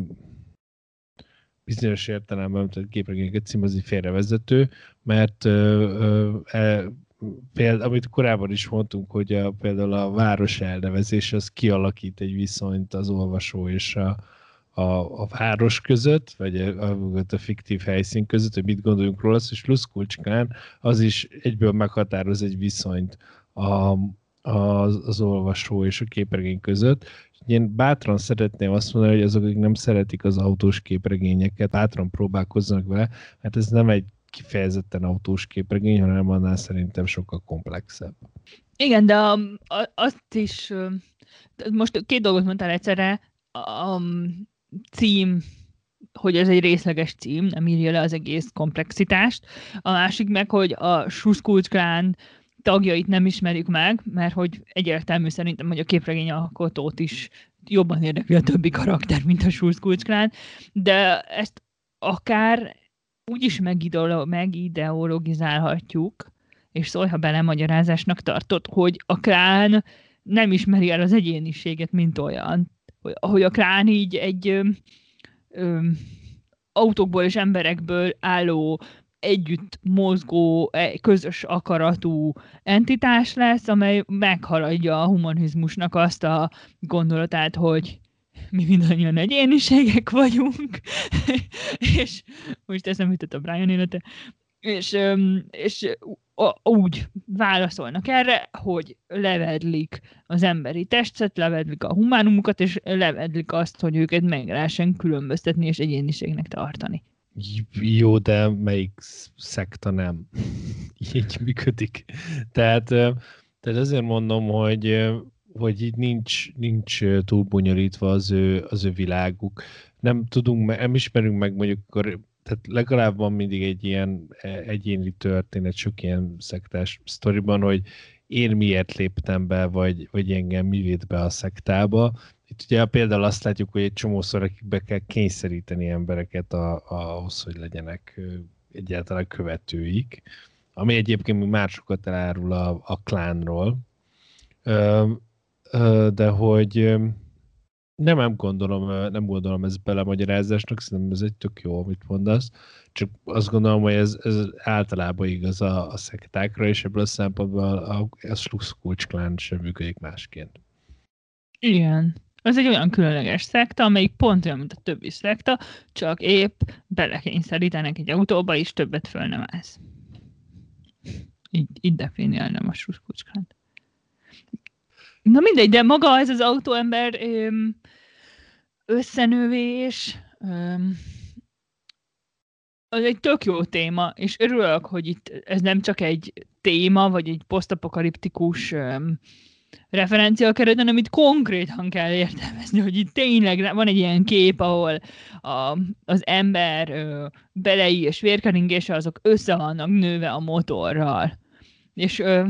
bizonyos értelemben, tehát képregényeket cím az így félrevezető, mert ö, ö, e, például, amit korábban is mondtunk, hogy a, például a város elnevezés az kialakít egy viszonyt az olvasó és a, a, a város között, vagy a, a, a fiktív helyszín között, hogy mit gondoljunk róla, és Luszkulcskán az is egyből meghatároz egy viszonyt a, az, az olvasó és a képregény között. Én bátran szeretném azt mondani, hogy azok, akik nem szeretik az autós képregényeket, bátran próbálkozzanak vele, mert ez nem egy kifejezetten autós képregény, hanem annál szerintem sokkal komplexebb. Igen, de a, a, azt is, most két dolgot mondtál egyszerre, a cím, hogy ez egy részleges cím, nem írja le az egész komplexitást, a másik meg, hogy a Sruszkulcs klán tagjait nem ismerjük meg, mert hogy egyértelmű szerintem, hogy a képregény alkotót is jobban érdekli a többi karakter, mint a Sruszkulcs klán, de ezt akár úgy is megideologizálhatjuk, és szólj, ha belemagyarázásnak tartott, hogy a klán nem ismeri el az egyéniséget, mint olyan. Hogy a klán így egy ö, ö, autókból és emberekből álló, együtt mozgó, közös akaratú entitás lesz, amely meghaladja a humanizmusnak azt a gondolatát, hogy mi mindannyian egyéniségek vagyunk, és most ezt nem jutott a Brian élete, és, és úgy válaszolnak erre, hogy levedlik az emberi testet, levedlik a humánumukat, és levedlik azt, hogy őket meg lehessen különböztetni és egyéniségnek tartani. Jó, de melyik szekta nem így működik. Tehát, tehát azért mondom, hogy, hogy így nincs, nincs túl bonyolítva az ő, az ő világuk. Nem tudunk, nem ismerünk meg mondjuk, akkor, tehát legalább van mindig egy ilyen egyéni történet, sok ilyen szektás sztoriban, hogy én miért léptem be, vagy, vagy engem mi vitt be a szektába. Itt ugye például azt látjuk, hogy egy csomószor be kell kényszeríteni embereket a, a, ahhoz, hogy legyenek egyáltalán követőik, ami egyébként még már sokat elárul a, a klánról. Ö, ö, de hogy nem, nem gondolom, nem gondolom ez belemagyarázásnak, szerintem ez egy tök jó, amit mondasz. Csak azt gondolom, hogy ez, ez általában igaz a, a szektákra, és ebből a szempontból a, a Sluszkulcs klán sem működik másként. Igen. Ez egy olyan különleges szekta, amelyik pont olyan, mint a többi szekta, csak épp belekényszerítenek egy autóba, és többet föl nem állsz. Így, így definiálnám a Sluszkulcs klánt. Na mindegy, de maga ez az autóember öm, összenövés, öm, az egy tök jó téma, és örülök, hogy itt ez nem csak egy téma, vagy egy posztapokaliptikus öm, referencia kerül, hanem itt konkrétan kell értelmezni, hogy itt tényleg van egy ilyen kép, ahol a, az ember ö, belei és vérkeringése azok össze vannak nőve a motorral. És ö,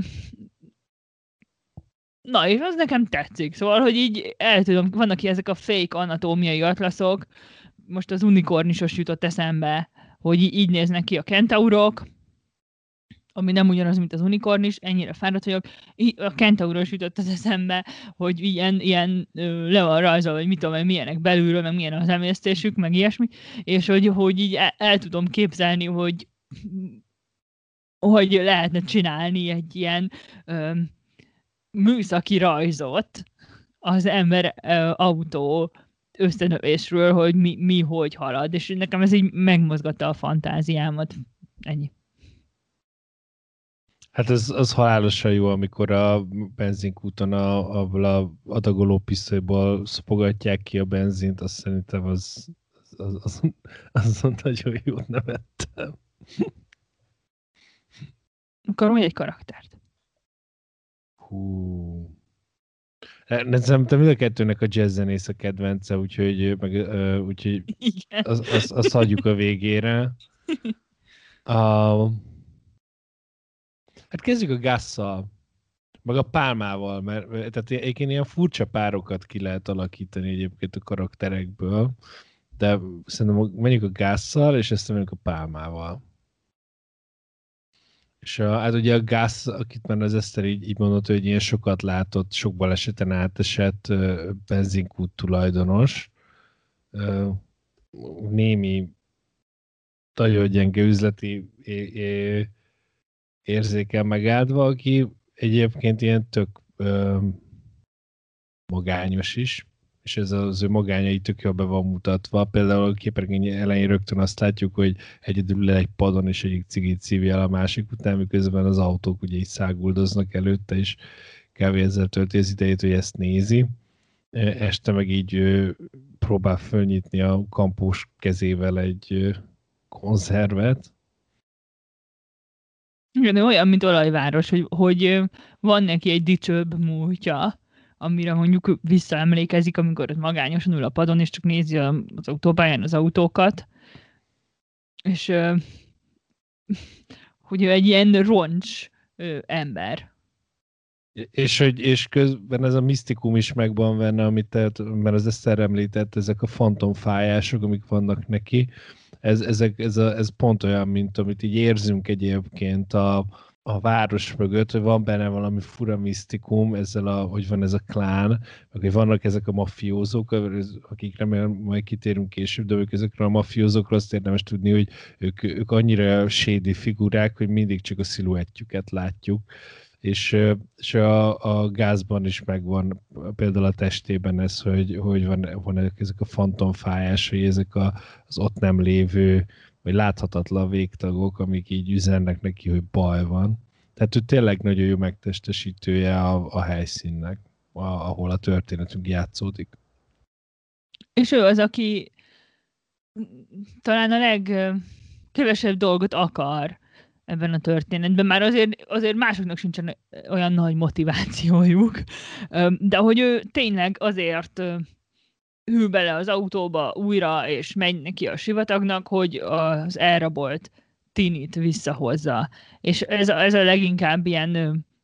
na, és az nekem tetszik. Szóval, hogy így el tudom, vannak ki ezek a fake anatómiai atlaszok, most az unikornisos jutott eszembe, hogy így néznek ki a kentaurok, ami nem ugyanaz, mint az unikornis, ennyire fáradt vagyok. A kentauros jutott az eszembe, hogy ilyen, ilyen le van rajzolva, hogy mit tudom, milyenek belülről, meg milyen az emésztésük, meg ilyesmi, és hogy, hogy így el, el tudom képzelni, hogy, hogy lehetne csinálni egy ilyen ö, műszaki rajzot az ember ö, autó összenövésről, hogy mi, mi hogy halad, és nekem ez így megmozgatta a fantáziámat. Ennyi. Hát ez az halálosan jó, amikor a benzinkúton a, abból a adagoló pisztolyból szopogatják ki a benzint, azt szerintem az, az, az, azon nagyon jót nevettem. Akkor mondj egy karaktert. Hú. Szerintem mind a kettőnek a jazzzenész a kedvence, úgyhogy, meg, uh, úgyhogy azt az, az hagyjuk a végére. Uh, hát kezdjük a Gus-szal, meg a Pálmával, mert tehát egyébként ilyen furcsa párokat ki lehet alakítani egyébként a karakterekből, de szerintem menjünk a Gus-szal, és ezt menjünk a Pálmával. És a, hát ugye a Gus, akit már az Eszter így, így mondott, hogy ilyen sokat látott, sok baleseten átesett benzinkút tulajdonos, némi nagyon gyenge üzleti é- é- érzékel megáldva, aki egyébként ilyen tök ö, magányos is, és ez az ő magányai tök jól be van mutatva. Például a képregény elején rögtön azt látjuk, hogy egyedül egy padon és egyik cigit szívja el a másik után, miközben az autók ugye így száguldoznak előtte, és kb. Ezzel tölti az idejét, hogy ezt nézi. Este meg így ö, próbál fölnyitni a kampós kezével egy ö, konzervet. Igen, olyan, mint Olajváros, hogy, hogy van neki egy dicsőbb múltja, amire mondjuk visszaemlékezik, amikor magányosan ül a padon, és csak nézi az autópályán az autókat. És hogy ő egy ilyen roncs ember. És, hogy, és közben ez a misztikum is megvan benne, amit te, mert az Eszter említett, ezek a fantomfájások, amik vannak neki, ez, ezek, ez, a, ez pont olyan, mint amit így érzünk egyébként a, a város mögött, hogy van benne valami fura misztikum, ezzel a, hogy van ez a klán, meg hogy vannak ezek a mafiózók, akikre majd kitérünk később, de ők ezekről a mafiózókról azt érdemes tudni, hogy ők, ők annyira shady figurák, hogy mindig csak a sziluettjüket látjuk. És, és a, a Gázban is megvan például a testében ez, hogy, hogy van, van ezek a fantomfájásai, ezek a, az ott nem lévő, vagy láthatatlan végtagok, amik így üzennek neki, hogy baj van. Tehát ő tényleg nagyon jó megtestesítője a, a helyszínnek, a, ahol a történetünk játszódik. És ő az, aki talán a legkevesebb dolgot akar ebben a történetben, már azért, azért másoknak sincsen olyan nagy motivációjuk, de hogy ő tényleg azért hű bele az autóba újra, és megy neki a sivatagnak, hogy az elrabolt Tinit visszahozza. És ez a, ez a leginkább ilyen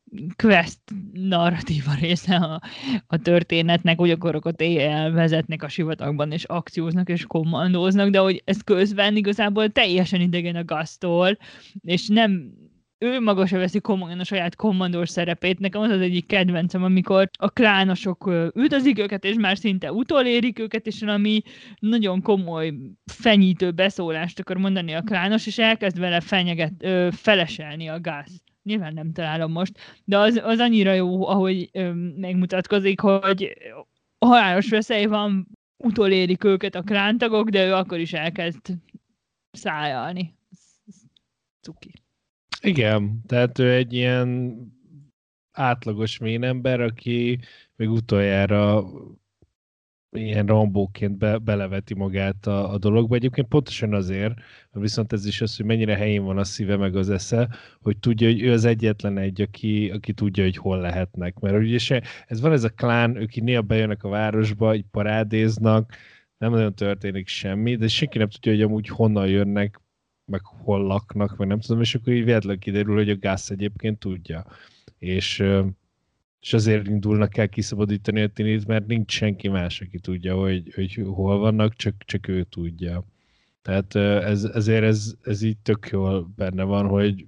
quest narratíva része a, a történetnek, hogy akkor ott éjjel vezetnek a sivatagban, és akcióznak, és kommandóznak, de hogy ez közben igazából teljesen idegen a Gus-tól, és nem ő maga se veszi komolyan a saját kommandós szerepét. Nekem az az egyik kedvencem, amikor a klánosok üldözik őket, és már szinte utolérik őket, és ami nagyon komoly, fenyítő beszólást akar mondani a klános, és elkezd vele fenyeget, ö, feleselni a Gus. Nyilván nem találom most, de az, az annyira jó, ahogy ö, megmutatkozik, hogy halálos veszély van, utolérik őket a klántagok, de ő akkor is elkezd szájalni. Cuki. Igen, tehát ő egy ilyen átlagos ménember, aki még utoljára ilyen Rambóként be, beleveti magát a, a dologba. Egyébként pontosan azért, viszont ez is az, hogy mennyire helyén van a szíve meg az esze, hogy tudja, hogy ő az egyetlen egy, aki, aki tudja, hogy hol lehetnek. Mert ugye se, ez van ez a klán, ők így néha bejönnek a városba, így parádéznak, nem nagyon történik semmi, de senki nem tudja, hogy amúgy honnan jönnek, meg hol laknak, meg nem tudom, és akkor így véletlenül kiderül, hogy a Gus egyébként tudja. És, és azért indulnak el kiszabadítani a Tinit, mert nincs senki más, aki tudja, hogy, hogy hol vannak, csak, csak ő tudja. Tehát ez, ezért ez, ez így tök jól benne van, hogy,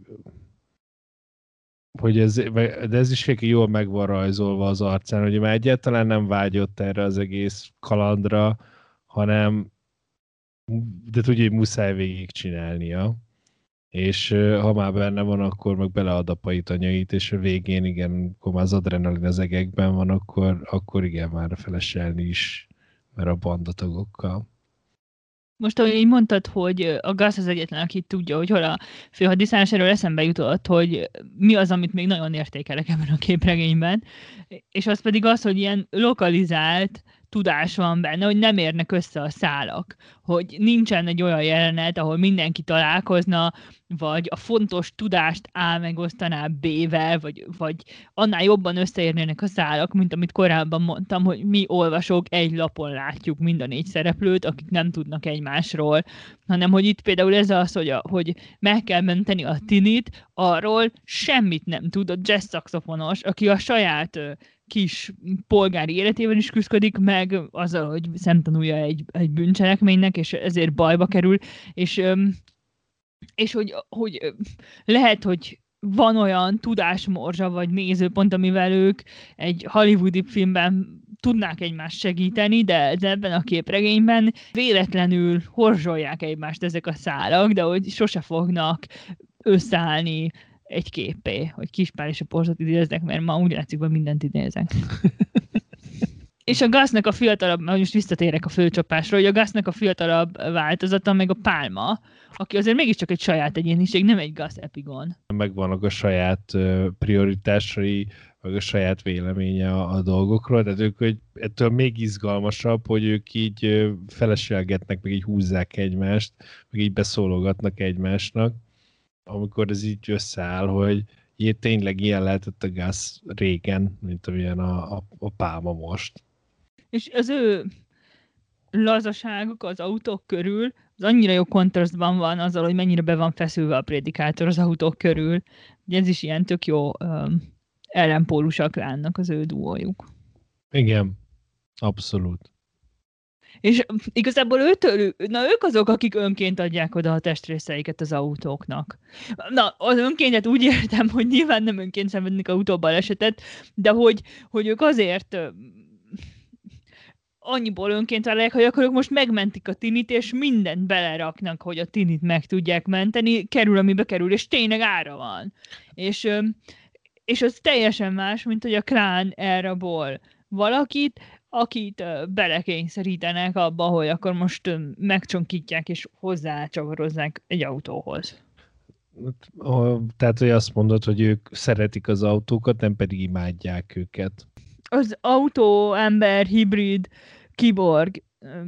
hogy ez, de ez is jól meg van rajzolva az arcán, hogy már egyáltalán nem vágyott erre az egész kalandra, hanem de tudja, hogy muszáj végigcsinálnia. És ha már benne van, akkor meg belead a pajtanyait, és a végén igen, akkor már az adrenalin az egekben van, akkor, akkor igen, már feleselni is, mert a bandatagokkal. Most, ahogy így mondtad, hogy a Gus az egyetlen, aki tudja, hogy hol a főhadiszállás, erről eszembe jutott, hogy mi az, amit még nagyon értékelek ebben a képregényben, és az pedig az, hogy ilyen lokalizált tudás van benne, hogy nem érnek össze a szálak, hogy nincsen egy olyan jelenet, ahol mindenki találkozna, vagy a fontos tudást A megosztaná B-vel, vagy, vagy annál jobban összeérnének a szálak, mint amit korábban mondtam, hogy mi olvasók egy lapon látjuk mind a négy szereplőt, akik nem tudnak egymásról, hanem hogy itt például ez az, hogy, a, hogy meg kell menteni a Tinit, arról semmit nem tud a jazz szaxofonos, aki a saját kis polgári életében is küzdik meg azzal, hogy szemtanúja egy, egy bűncselekménynek, és ezért bajba kerül, és, és hogy, hogy lehet, hogy van olyan tudásmorzsa vagy nézőpont, amivel ők egy hollywoodi filmben tudnák egymást segíteni, de ebben a képregényben véletlenül horzsolják egymást ezek a szálak, de hogy sose fognak összeállni egy képé, hogy Kispál és a Porzot idéznek, mert ma úgy látszik, hogy mindent idézek. És a Gusnak a fiatalabb, most visszatérek a főcsapásra, hogy a Gusnak a fiatalabb változata, meg a Pálma, aki azért mégiscsak egy saját egyéniség, nem egy Gus Epigon. Megvannak a saját prioritásai, meg a saját véleménye a, a dolgokról, de ők hogy ettől még izgalmasabb, hogy ők így feleselgetnek, meg így húzzák egymást, meg így beszólogatnak egymásnak, amikor ez így összeáll, hogy így tényleg ilyen lehetett a Gus régen, mint amilyen a, a, a Pálma most. És az ő lazaságok az autók körül, az annyira jó kontrasztban van azzal, hogy mennyire be van feszülve a prédikátor az autók körül. Ugye ez is ilyen tök jó um, ellenpólusak lánnak az ő duójuk. Igen, abszolút. És igazából őtől, na ők azok, akik önként adják oda a testrészeiket az autóknak. Na, az önkéntet úgy értem, hogy nyilván nem önként szenvednek autóbalesetet, de hogy, hogy ők azért annyiból önként vállalják, hogy akkor ők most megmentik a Tinit, és mindent beleraknak, hogy a Tinit meg tudják menteni, kerül, amibe kerül, és tényleg ára van. És, és az teljesen más, mint hogy a klán elrabol valakit, akit belekényszerítenek abba, hogy akkor most megcsonkítják és hozzácsavarozzák egy autóhoz. Tehát, hogy azt mondod, hogy ők szeretik az autókat, nem pedig imádják őket. Az autó, ember, hibrid, kiborg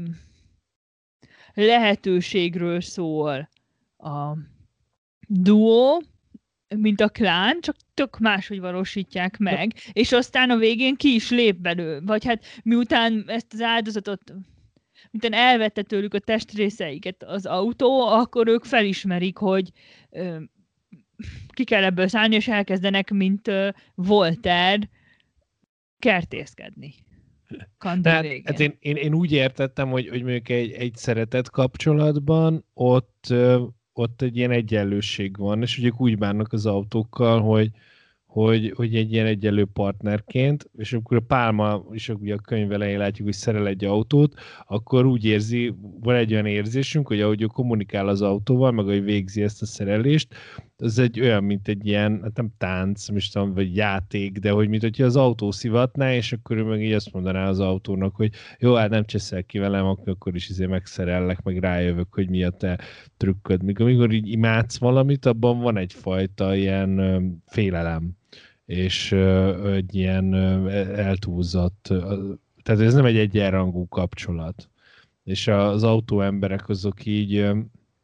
lehetőségről szól a duó, mint a klán, csak tök máshogy valósítják meg, de... és aztán a végén ki is lép belőle. Vagy hát miután ezt az áldozatot, miután elvette tőlük a testrészeiket az autó, akkor ők felismerik, hogy ö, ki kell ebből szállni, és elkezdenek, mint uh, Voltaire, kertészkedni. Hát, hát én, én, én úgy értettem, hogy, hogy mondjuk egy, egy szeretett kapcsolatban ott, ott egy ilyen egyenlőség van, és ugye úgy bánnak az autókkal, hogy, hogy, hogy egy ilyen egyenlő partnerként, és amikor a Pálma is ugye a könyv elején látjuk, hogy szerel egy autót, akkor úgy érzi, van egy olyan érzésünk, hogy ahogy ő kommunikál az autóval, meg ahogy végzi ezt a szerelést, az egy olyan, mint egy ilyen, hát nem tánc, most tudom, vagy játék, de hogy mint hogyha az autó szivatná, és akkor ő meg így azt mondaná az autónak, hogy jó, hát nem cseszel ki velem, akkor is izé megszerellek, meg rájövök, hogy mi a te trükköd. Míg amikor így imádsz valamit, abban van egyfajta ilyen félelem, és uh, egy ilyen uh, eltúlzott, uh, tehát ez nem egy egyenrangú kapcsolat. És az autóemberek azok így, uh,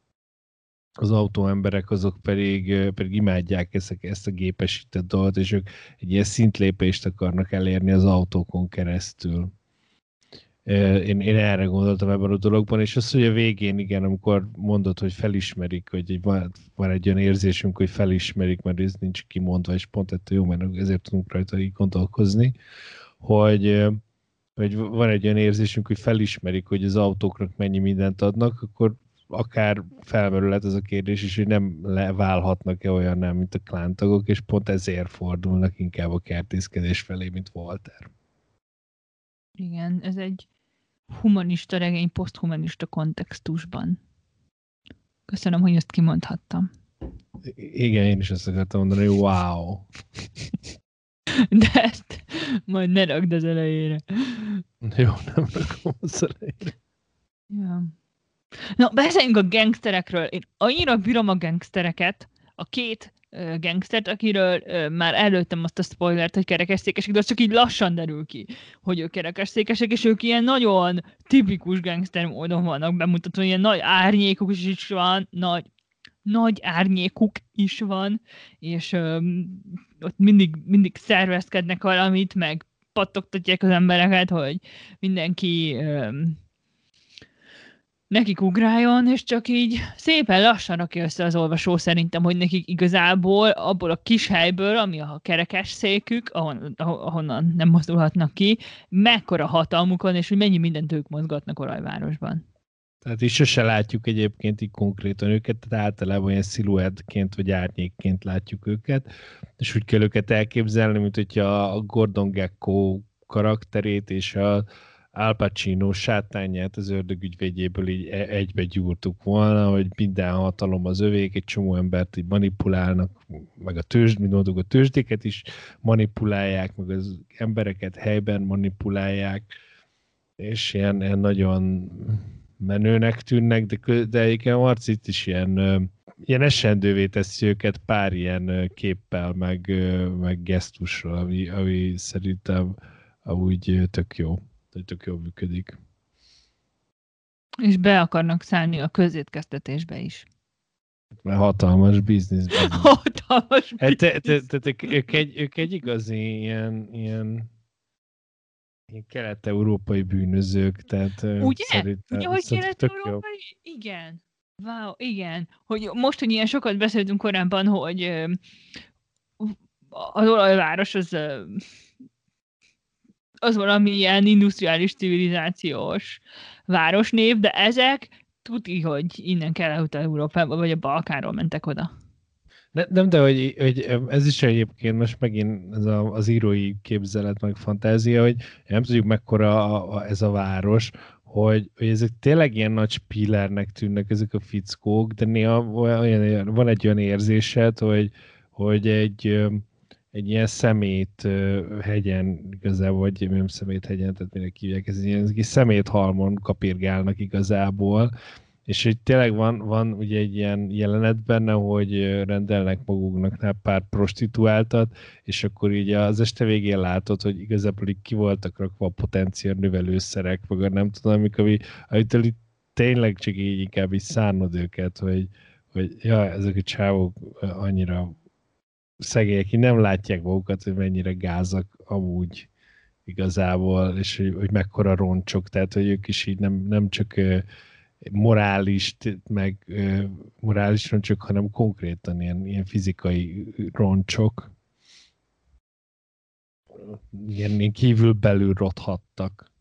az autóemberek azok pedig, uh, pedig imádják ezt, ezt a gépesített dolgot, és ők egy ilyen szintlépést akarnak elérni az autókon keresztül. Én, én erre gondoltam ebben a dologban, és az, hogy a végén, igen, amikor mondod, hogy felismerik, hogy van, van egy olyan érzésünk, hogy felismerik, mert ez nincs kimondva, és pont ettől jó, mert ezért tudunk rajta így gondolkozni, hogy, hogy van egy olyan érzésünk, hogy felismerik, hogy az autóknak mennyi mindent adnak, akkor akár felmerülhet ez a kérdés is, hogy nem válhatnak-e olyan nem, mint a klántagok, és pont ezért fordulnak inkább a kertészkedés felé, mint Walter. Igen, ez egy humanista regény, poszthumanista kontextusban. Köszönöm, hogy ezt kimondhattam. Igen, én is ezt akartam mondani, hogy wow. De ezt majd ne rakd az elejére. Jó, nem rakom az elejére. Ja. Na, beszéljünk a gangsterekről. Én annyira bírom a gangstereket, a két uh, gangstert, akiről uh, már előttem azt a spoilert, hogy kerekesszékesek, de az csak így lassan derül ki, hogy ők kerekesszékesek, és ők ilyen nagyon tipikus gangster módon vannak bemutatva, ilyen nagy árnyékuk is, is van, nagy, nagy árnyékuk is van, és um, ott mindig, mindig szervezkednek valamit, meg pattogtatják az embereket, hogy mindenki um, nekik ugráljon, és csak így szépen lassan rakja össze az olvasó szerintem, hogy nekik igazából abból a kis helyből, ami a kerekes székük, ahon, ahonnan nem mozdulhatnak ki, mekkora hatalmuk van, és hogy mennyi mindent ők mozgatnak Olajvárosban. Tehát is sose látjuk egyébként így konkrétan őket, tehát általában ilyen sziluettként vagy árnyékként látjuk őket, és úgy kell őket elképzelni, mint hogyha a Gordon Gekko karakterét és a Al Pacino sátányát az ördög ügyvédjéből így egybe gyúrtuk volna, hogy minden hatalom az övék, egy csomó embert így manipulálnak, meg a tőzsd, mint mondjuk a tőzsdéket is manipulálják, meg az embereket helyben manipulálják, és ilyen, ilyen nagyon menőnek tűnnek, de, de egyébként Marci itt is ilyen, ilyen esendővé teszi őket pár ilyen képpel, meg, meg gesztussal, ami, ami szerintem úgy tök jó. Tök jól működik. És be akarnak szállni a közétkeztetésbe is. Mert hatalmas biznisz. Hatalmas biznisz. Te, te, te, te, ők, egy, ők egy igazi ilyen, ilyen, ilyen kelet-európai bűnözők, tehát ugye? szerintem, Ugye, hogy szerintem kelet-európai? Igen. Wow, igen. Hogy most, hogy ilyen sokat beszéltünk korábban, hogy az olajváros az az valami ilyen industriális civilizációs városnév, de ezek tuti, hogy innen Kelet-Európába vagy a Balkánról mentek oda. De, nem, de hogy, hogy ez is egyébként most megint ez a, az írói képzelet meg fantázia, hogy nem tudjuk mekkora a, a, ez a város, hogy, hogy ezek tényleg ilyen nagy spillernek tűnnek ezek a fickók, de néha olyan, van egy olyan érzésed, hogy, hogy egy egy ilyen szemét hegyen igazából, vagy nem szemét hegyen, tehát minek hívják, ez ilyen szeméthalmon kapirgálnak igazából, és hogy tényleg van, van ugye egy ilyen jelenet benne, hogy rendelnek maguknak pár prostituáltat, és akkor így az este végén látod, hogy igazából így ki voltak rakva a potenciál növelőszerek, meg nem tudom, amik, ami, amitől így tényleg csak így inkább így szánod őket, hogy, hogy ja, ezek a csávok annyira szegények, így nem látják magukat, hogy mennyire gázak amúgy igazából, és hogy, hogy mekkora roncsok, tehát hogy ők is így nem, nem csak morális, meg morális roncsok, hanem konkrétan ilyen, ilyen fizikai roncsok. Ilyen kívül belül rothattak.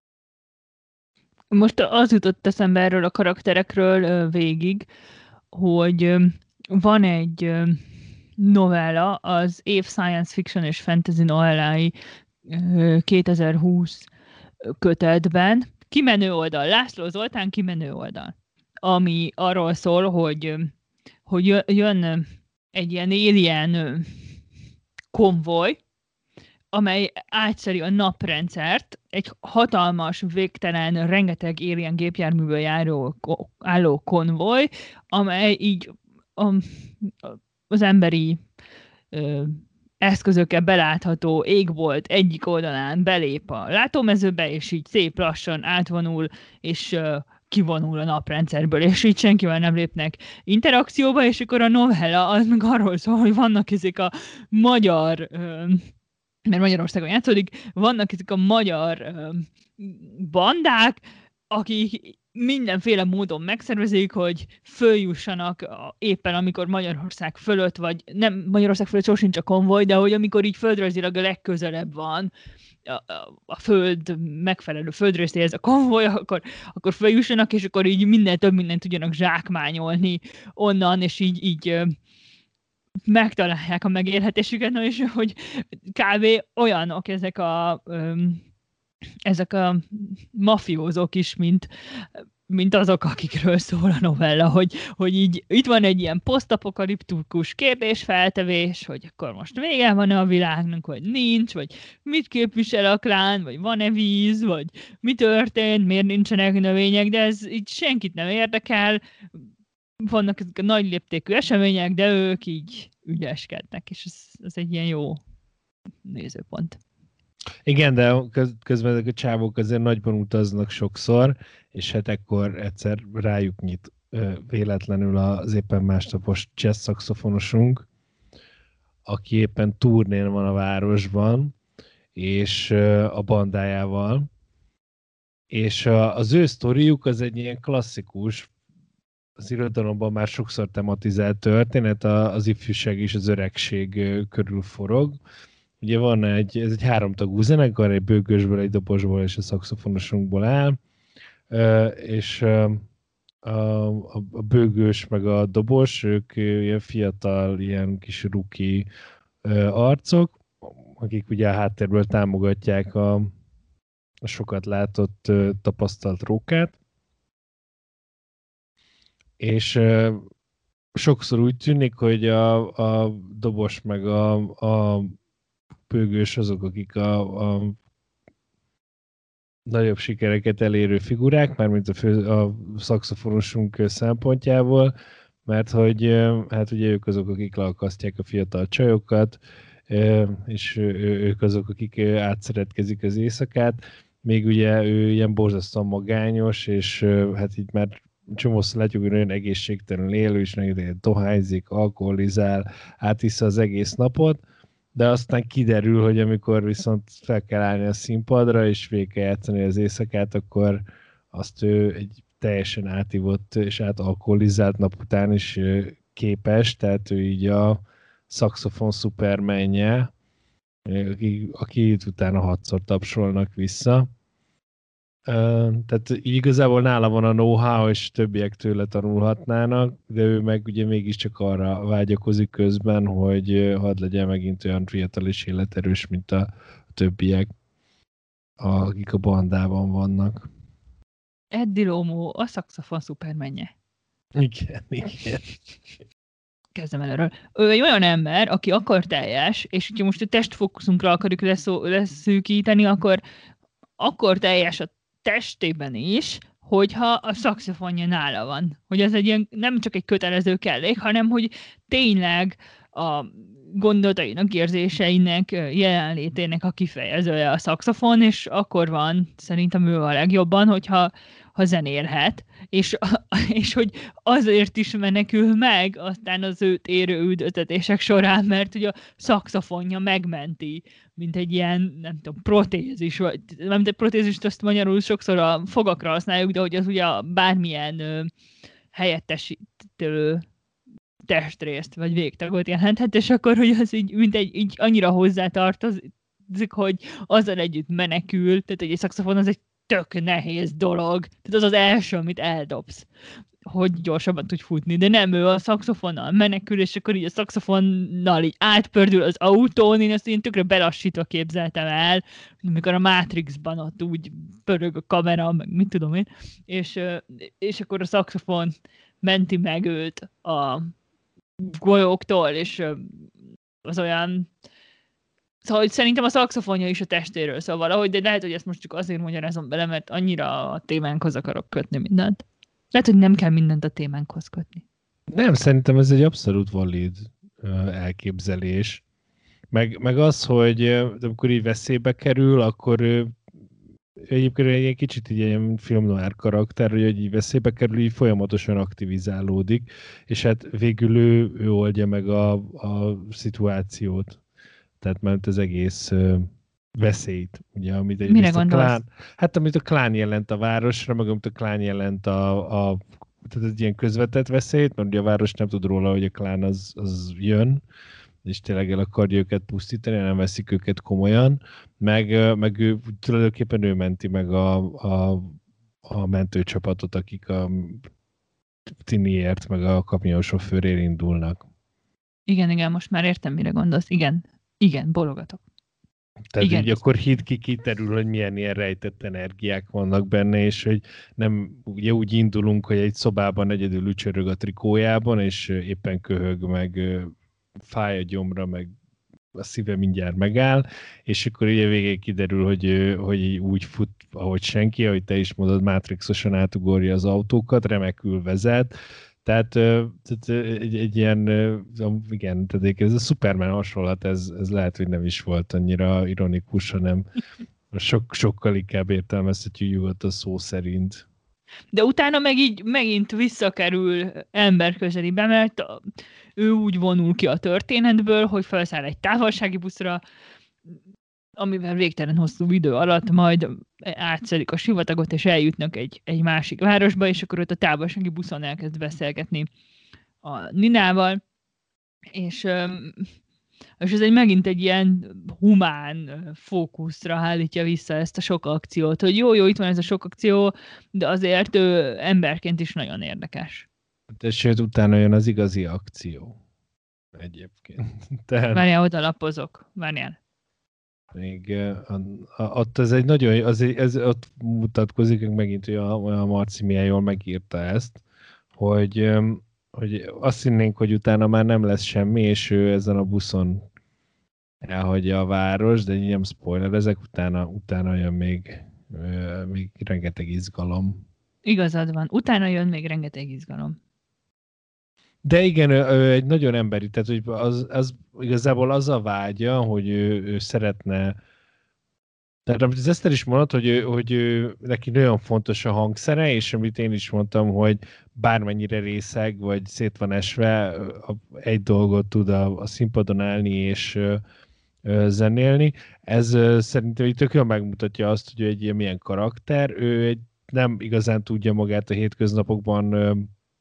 Most az jutott eszembe erről a karakterekről végig, hogy van egy novella, az év science fiction és fantasy novellái kétezer-húsz kötetben, kimenő oldal, László Zoltán kimenő oldal, ami arról szól, hogy, hogy jön egy ilyen alien konvoj, amely átszeri a naprendszert, egy hatalmas, végtelen, rengeteg alien gépjárműből járó, álló konvoj, amely így a, az emberi ö, eszközökkel belátható égbolt egyik oldalán belép a látómezőbe, és így szép lassan átvonul, és ö, kivonul a naprendszerből, és így senkivel nem lépnek interakcióba, és akkor a novella az meg arról szól, hogy vannak ezek a magyar... Ö, mert Magyarországon játszódik, vannak ezek a magyar ö, bandák, akik mindenféle módon megszervezik, hogy följussanak éppen, amikor Magyarország fölött, vagy nem Magyarország fölött sosincs a konvoj, de hogy amikor így földrajzilag a legközelebb van a, a, a föld megfelelő földrészéhez a konvoj, akkor, akkor följussanak, és akkor így minden több mindent tudjanak zsákmányolni onnan, és így, így megtalálják a megélhetésüket, na, és hogy kb. Olyanok ezek a, ezek a mafiózók is, mint, mint azok, akikről szól a novella, hogy, hogy így itt van egy ilyen posztapokaliptikus kérdésfeltevés, hogy akkor most vége van-e a világnak, vagy nincs, vagy mit képvisel a klán, vagy van-e víz, vagy mi történt, miért nincsenek növények, de ez így senkit nem érdekel, vannak ezek a nagy léptékű események, de ők így ügyeskednek, és ez, ez egy ilyen jó nézőpont. Igen, de köz, közben ezek a csávók azért nagyban utaznak sokszor, és hát ekkor egyszer rájuk nyit véletlenül az éppen másnapos jazz szaxofonosunk, aki éppen turnén van a városban, és a bandájával, és az ő sztoriuk az egy ilyen klasszikus, az irodalomban már sokszor tematizált történet, az ifjúság és az öregség körül forog. Ugye van egy, ez egy háromtagú zenekar, egy bőgősből, egy dobosból és a szaxofonosunkból áll, és a, a, a bőgős meg a dobos, ők ilyen fiatal, ilyen kis ruki arcok, akik ugye a háttérből támogatják a, a sokat látott, tapasztalt rókát, és uh, sokszor úgy tűnik, hogy a, a dobos meg a, a pőgős azok, akik a, a nagyobb sikereket elérő figurák, mármint a, fő, a szaxofonosunk szempontjából, mert hogy hát ugye ők azok, akik leakasztják a fiatal csajokat, és ők azok, akik átszeretkezik az éjszakát, még ugye ő ilyen borzasztóan magányos, és hát így már csomószor látjuk, hogy nagyon egészségtelen élő, és nagyon dohányzik, alkoholizál, átissza az egész napot, de aztán kiderül, hogy amikor viszont fel kell állni a színpadra, és végig kell játszani az éjszakát, akkor azt ő egy teljesen átívott és átalkoholizált nap után is képes, tehát ő így a szaxofon szupermenje, aki, aki utána hatszor tapsolnak vissza. Uh, tehát igazából nála van a know-how, és többiek tőle tanulhatnának, de ő meg ugye mégiscsak arra vágyakozik közben, hogy hadd legyen megint olyan fiatal és életerős, mint a többiek, akik a bandában vannak. Eddie Lomo, a szaxofon szupermenje. Igen, igen. Kezdem el erről. Ő egy olyan ember, aki akar teljes, és hogyha most a testfókuszunkra akarjuk leszó, leszűkíteni, akkor akkor teljes a testében is, hogyha a szaxofonja nála van. Hogy ez egy ilyen, nem csak egy kötelező kellék, hanem hogy tényleg a gondolatainak, érzéseinek, jelenlétének a kifejezője a szaxofon, és akkor van szerintem ő a legjobban, hogyha ha zenélhet, és, és hogy azért is menekül meg aztán az őt érő üldöztetések során, mert ugye a szaxofonja megmenti, mint egy ilyen, nem tudom, protézis, vagy nem, de protézist azt magyarul sokszor a fogakra használjuk, de hogy az ugye bármilyen ö, helyettesítő testrészt, vagy végtagot jelenthet, és akkor, hogy az így, mint egy, így annyira hozzátartozik, hogy azzal együtt menekül, tehát egy szaxofon az egy tök nehéz dolog, tehát az az első, amit eldobsz, hogy gyorsabban tudj futni, de nem, ő a szaxofonnal menekül, és akkor így a szaxofonnal így átpördül az autón, én ezt én tökre belassítva képzeltem el, amikor a Matrixban ott úgy pörög a kamera, meg mit tudom én, és, és akkor a szaxofon menti meg őt a golyóktól, és az olyan... Szóval hogy szerintem a szaxofonja is a testéről szól valahogy, de lehet, hogy ezt most csak azért magyarázom bele, mert annyira a témánkhoz akarok kötni mindent. Lehet, hogy nem kell mindent a témánkhoz kötni. Nem, szerintem ez egy abszolút valid elképzelés. Meg, meg az, hogy amikor így veszélybe kerül, akkor ő, egyébként egy kicsit így egy film noir karakter, hogy így veszélybe kerül, így folyamatosan aktivizálódik, és hát végül ő, ő oldja meg a, a szituációt. Tehát mert az egész uh, veszélyt, ugye, amit egy Mire a gondolsz? klán, hát amit a klán jelent a városra, meg amit a klán jelent a, a tehát egy ilyen közvetett veszélyt, mert ugye a város nem tud róla, hogy a klán az, az jön, és tényleg el akarja őket pusztítani, nem veszik őket komolyan, meg, meg ő, tulajdonképpen ő menti meg a, a, a mentőcsapatot, akik a Tiniért, meg a kamionsofőrért indulnak. Igen, igen, most már értem, mire gondolsz. Igen, igen, bologatok. Tehát igen. így akkor hit ki kiterül, hogy milyen ilyen rejtett energiák vannak benne, és hogy nem ugye úgy indulunk, hogy egy szobában egyedül ücsörög a trikójában, és éppen köhög, meg fáj a gyomra, meg a szíve mindjárt megáll, és akkor ugye végén kiderül, hogy, hogy úgy fut, ahogy senki, ahogy te is mondod, Matrixosan átugorja az autókat, remekül vezet, tehát, tehát egy, egy ilyen, igen, tehát ez a Superman hasonlat, ez, ez lehet, hogy nem is volt annyira ironikus, hanem sok, sokkal inkább értelmezhetjük nyugodtan szó szerint. De utána meg így megint visszakerül emberközelibe, mert ő úgy vonul ki a történetből, hogy felszáll egy távolsági buszra, amivel végtelen hosszú idő alatt majd átszelik a sivatagot, és eljutnak egy, egy másik városba, és akkor ott a távolsági buszon elkezd beszélgetni a Ninával, és, és ez egy megint egy ilyen humán fókuszra állítja vissza ezt a sok akciót, hogy jó, jó, itt van ez a sok akció, de azért ő emberként is nagyon érdekes. De sőt, utána jön az igazi akció. Egyébként. Tehát... Várjál, oda lapozok. Várjál. Még a, a, ott ez egy nagyon, az, ez ott mutatkozik, megint, hogy a, a Marci milyen jól megírta ezt, hogy, hogy azt hinnénk, hogy utána már nem lesz semmi, és ő ezen a buszon elhagyja a város, de így nem spoiler, ezek utána, utána jön még, még rengeteg izgalom. Igazad van, utána jön még rengeteg izgalom. De igen, ő, ő egy nagyon emberi, tehát hogy az, az igazából az a vágya, hogy ő, ő szeretne, tehát amit az Eszter is mondott, hogy, ő, hogy ő, neki nagyon fontos a hangszere, és amit én is mondtam, hogy bármennyire részeg, vagy szét van esve, egy dolgot tud a, a színpadon állni és ö, ö, zenélni. Ez ö, szerintem így tök jól megmutatja azt, hogy ő egy ilyen milyen karakter, ő egy, nem igazán tudja magát a hétköznapokban ö,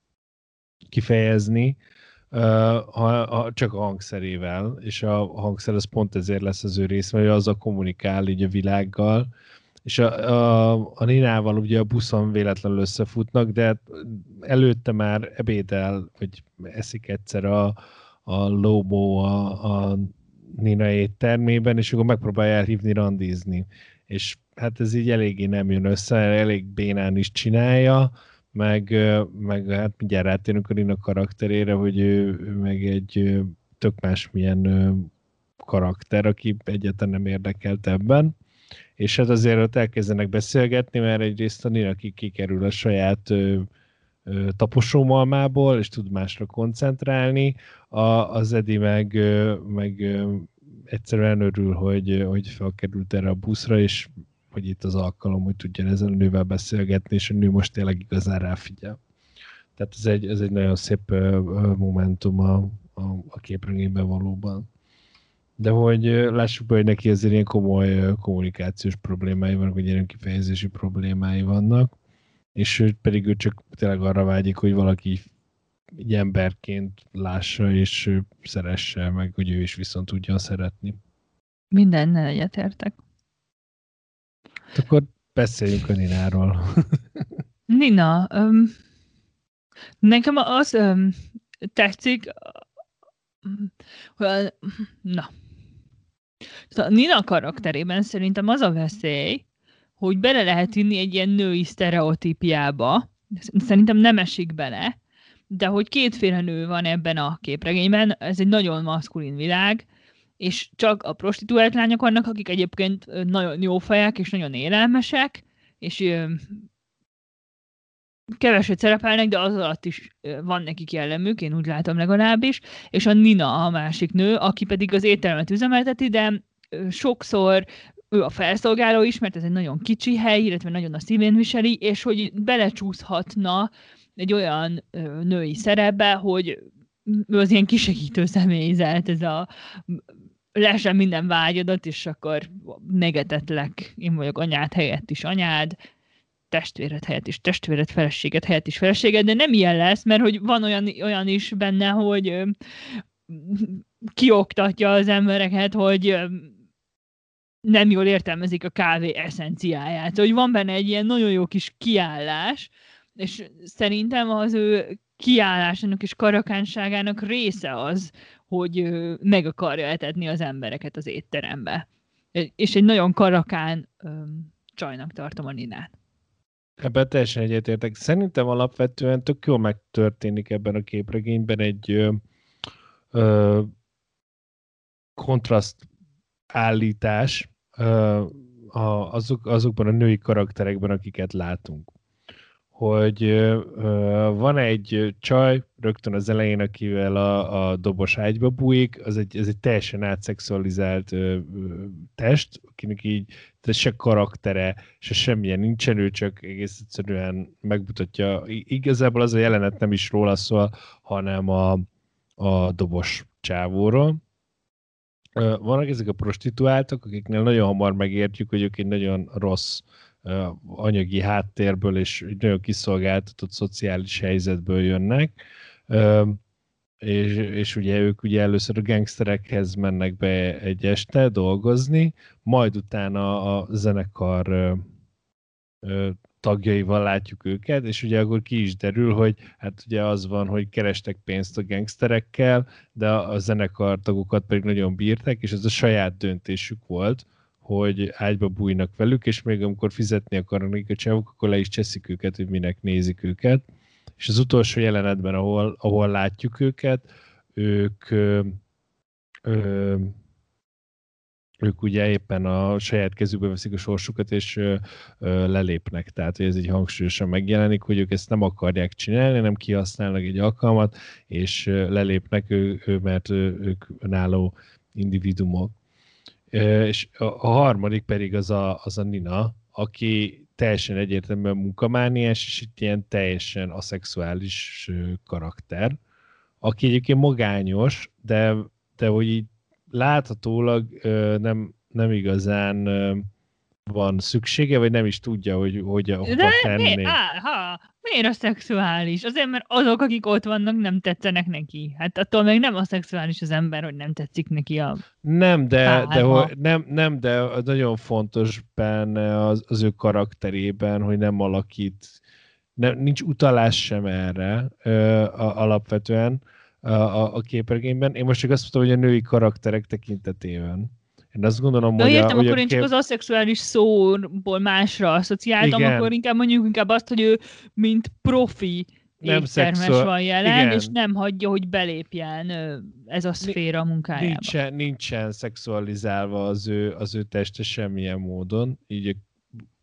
kifejezni, uh, ha, ha csak a hangszerével, és a hangszer az pont ezért lesz az ő rész, mert azzal kommunikál így a világgal, és a, a, a Ninával ugye a buszon véletlenül összefutnak, de előtte már ebédel, vagy eszik egyszer a, a Lobo a, a Nina éttermében, és akkor megpróbálja elhívni randizni. És hát ez így eléggé nem jön össze, elég bénán is csinálja, meg, meg hát mindjárt rátérünk a Nina karakterére, hogy ő, ő meg egy tök másmilyen karakter, aki egyáltalán nem érdekelt ebben. És hát azért ott elkezdenek beszélgetni, mert egyrészt a Nina kikerül a saját taposómalmából, és tud másra koncentrálni. A, az Edi meg, meg egyszerűen örül, hogy, hogy felkerült erre a buszra, és hogy itt az alkalom, hogy tudjon ezzel a nővel beszélgetni, és a nő most tényleg igazán ráfigyel. Tehát ez egy, ez egy nagyon szép momentum a, a, a képregényben valóban. De hogy lássuk be, hogy neki ezért ilyen komoly kommunikációs problémái vannak, vagy ilyen kifejezési problémái vannak, és ő pedig ő csak tényleg arra vágyik, hogy valaki egy emberként lássa, és szeresse meg, hogy ő is viszont tudjon szeretni. Mindennel egyetértek. Akkor beszéljünk a Nináról. Nina, um, nekem az um, tetszik, hogy na. Szóval Nina karakterében szerintem az a veszély, hogy bele lehet inni egy ilyen női sztereotípiába. Szerintem nem esik bele, de hogy kétféle nő van ebben a képregényben, ez egy nagyon maszkulin világ, és csak a prostituált lányok vannak, akik egyébként nagyon jó feják, és nagyon élelmesek, és ö, keveset szerepelnek, de az alatt is van nekik jellemük, én úgy látom legalábbis, és a Nina a másik nő, aki pedig az éttermet üzemelteti, de ö, sokszor ő a felszolgáló is, mert ez egy nagyon kicsi hely, illetve nagyon a szívén viseli, és hogy belecsúszhatna egy olyan ö, női szerepbe, hogy ő az ilyen kisegítő személyzet, ez a lesen minden vágyadat, és akkor megetetlek, én vagyok anyád helyett is anyád, testvéred helyett is testvéred, feleséged helyett is feleséged, de nem ilyen lesz, mert hogy van olyan, olyan is benne, hogy ö, kioktatja az embereket, hogy ö, nem jól értelmezik a kávé eszenciáját. Hogy van benne egy ilyen nagyon jó kis kiállás, és szerintem az ő kiállásának és karakánságának része az, hogy meg akarja etetni az embereket az étterembe. És egy nagyon karakán öm, csajnak tartom a Ninát. Ebben teljesen egyetértek. Szerintem alapvetően tök jól megtörténik ebben a képregényben egy ö, ö, kontraszt állítás ö, a, azok, azokban a női karakterekben, akiket látunk. Hogy ö, van egy csaj rögtön az elején, akivel a, a dobos ágyba bújik, az egy, ez egy teljesen átszexualizált ö, ö, test, akinek így se karaktere, se semmilyen nincsen, ő csak egész egyszerűen megmutatja. Igazából az a jelenet nem is róla szól, hanem a, a dobos csávóról. Vannak ezek a prostituáltak, akiknél nagyon hamar megértjük, hogy ők egy nagyon rossz anyagi háttérből és egy nagyon kiszolgáltatott szociális helyzetből jönnek, és, és ugye ők ugye először a gangsterekhez mennek be egy este dolgozni, majd utána a zenekar tagjaival látjuk őket, és ugye akkor ki is derül, hogy hát ugye az van, hogy kerestek pénzt a gangsterekkel, de a zenekar tagokat pedig nagyon bírták, és ez a saját döntésük volt, hogy ágyba bújnak velük, és még amikor fizetni akarnak a csávok, akkor le is cseszik őket, hogy minek nézik őket. És az utolsó jelenetben, ahol, ahol látjuk őket, ők ö, ö, ők ugye éppen a saját kezükbe veszik a sorsukat, és ö, ö, lelépnek. Tehát, hogy ez így hangsúlyosan megjelenik, hogy ők ezt nem akarják csinálni, nem kihasználnak egy alkalmat, és ö, lelépnek, ő, ő, mert ő, ők önálló individumok. Ö, és a, a harmadik pedig az a, az a Nina, aki teljesen egyértelműen munkamániás, és itt ilyen teljesen aszexuális karakter, aki egyébként magányos, de, de hogy így láthatólag ö, nem, nem igazán ö, van szüksége, vagy nem is tudja, hogy hogy hova tenni. Miért, á, ha, miért a szexuális? Azért, mert azok, akik ott vannak, nem tetszenek neki. Hát attól még nem a szexuális az ember, hogy nem tetszik neki a Nem, de, de hogy, nem, nem, de nagyon fontos benne az, az ő karakterében, hogy nem alakít, nem, nincs utalás sem erre ö, a, alapvetően a, a, a képregényben. Én most csak azt mondtam, hogy a női karakterek tekintetében. Én azt gondolom, de hogy értem, a, akkor hogy én csak kép... az aszexuális szóból másra asszociáltam, Igen. akkor inkább mondjuk inkább azt, hogy ő mint profi nem éttermes szexuál... van jelen, Igen. és nem hagyja, hogy belépjen ez a szféra a munkájába. Nincsen, nincsen szexualizálva az ő, az ő teste semmilyen módon, így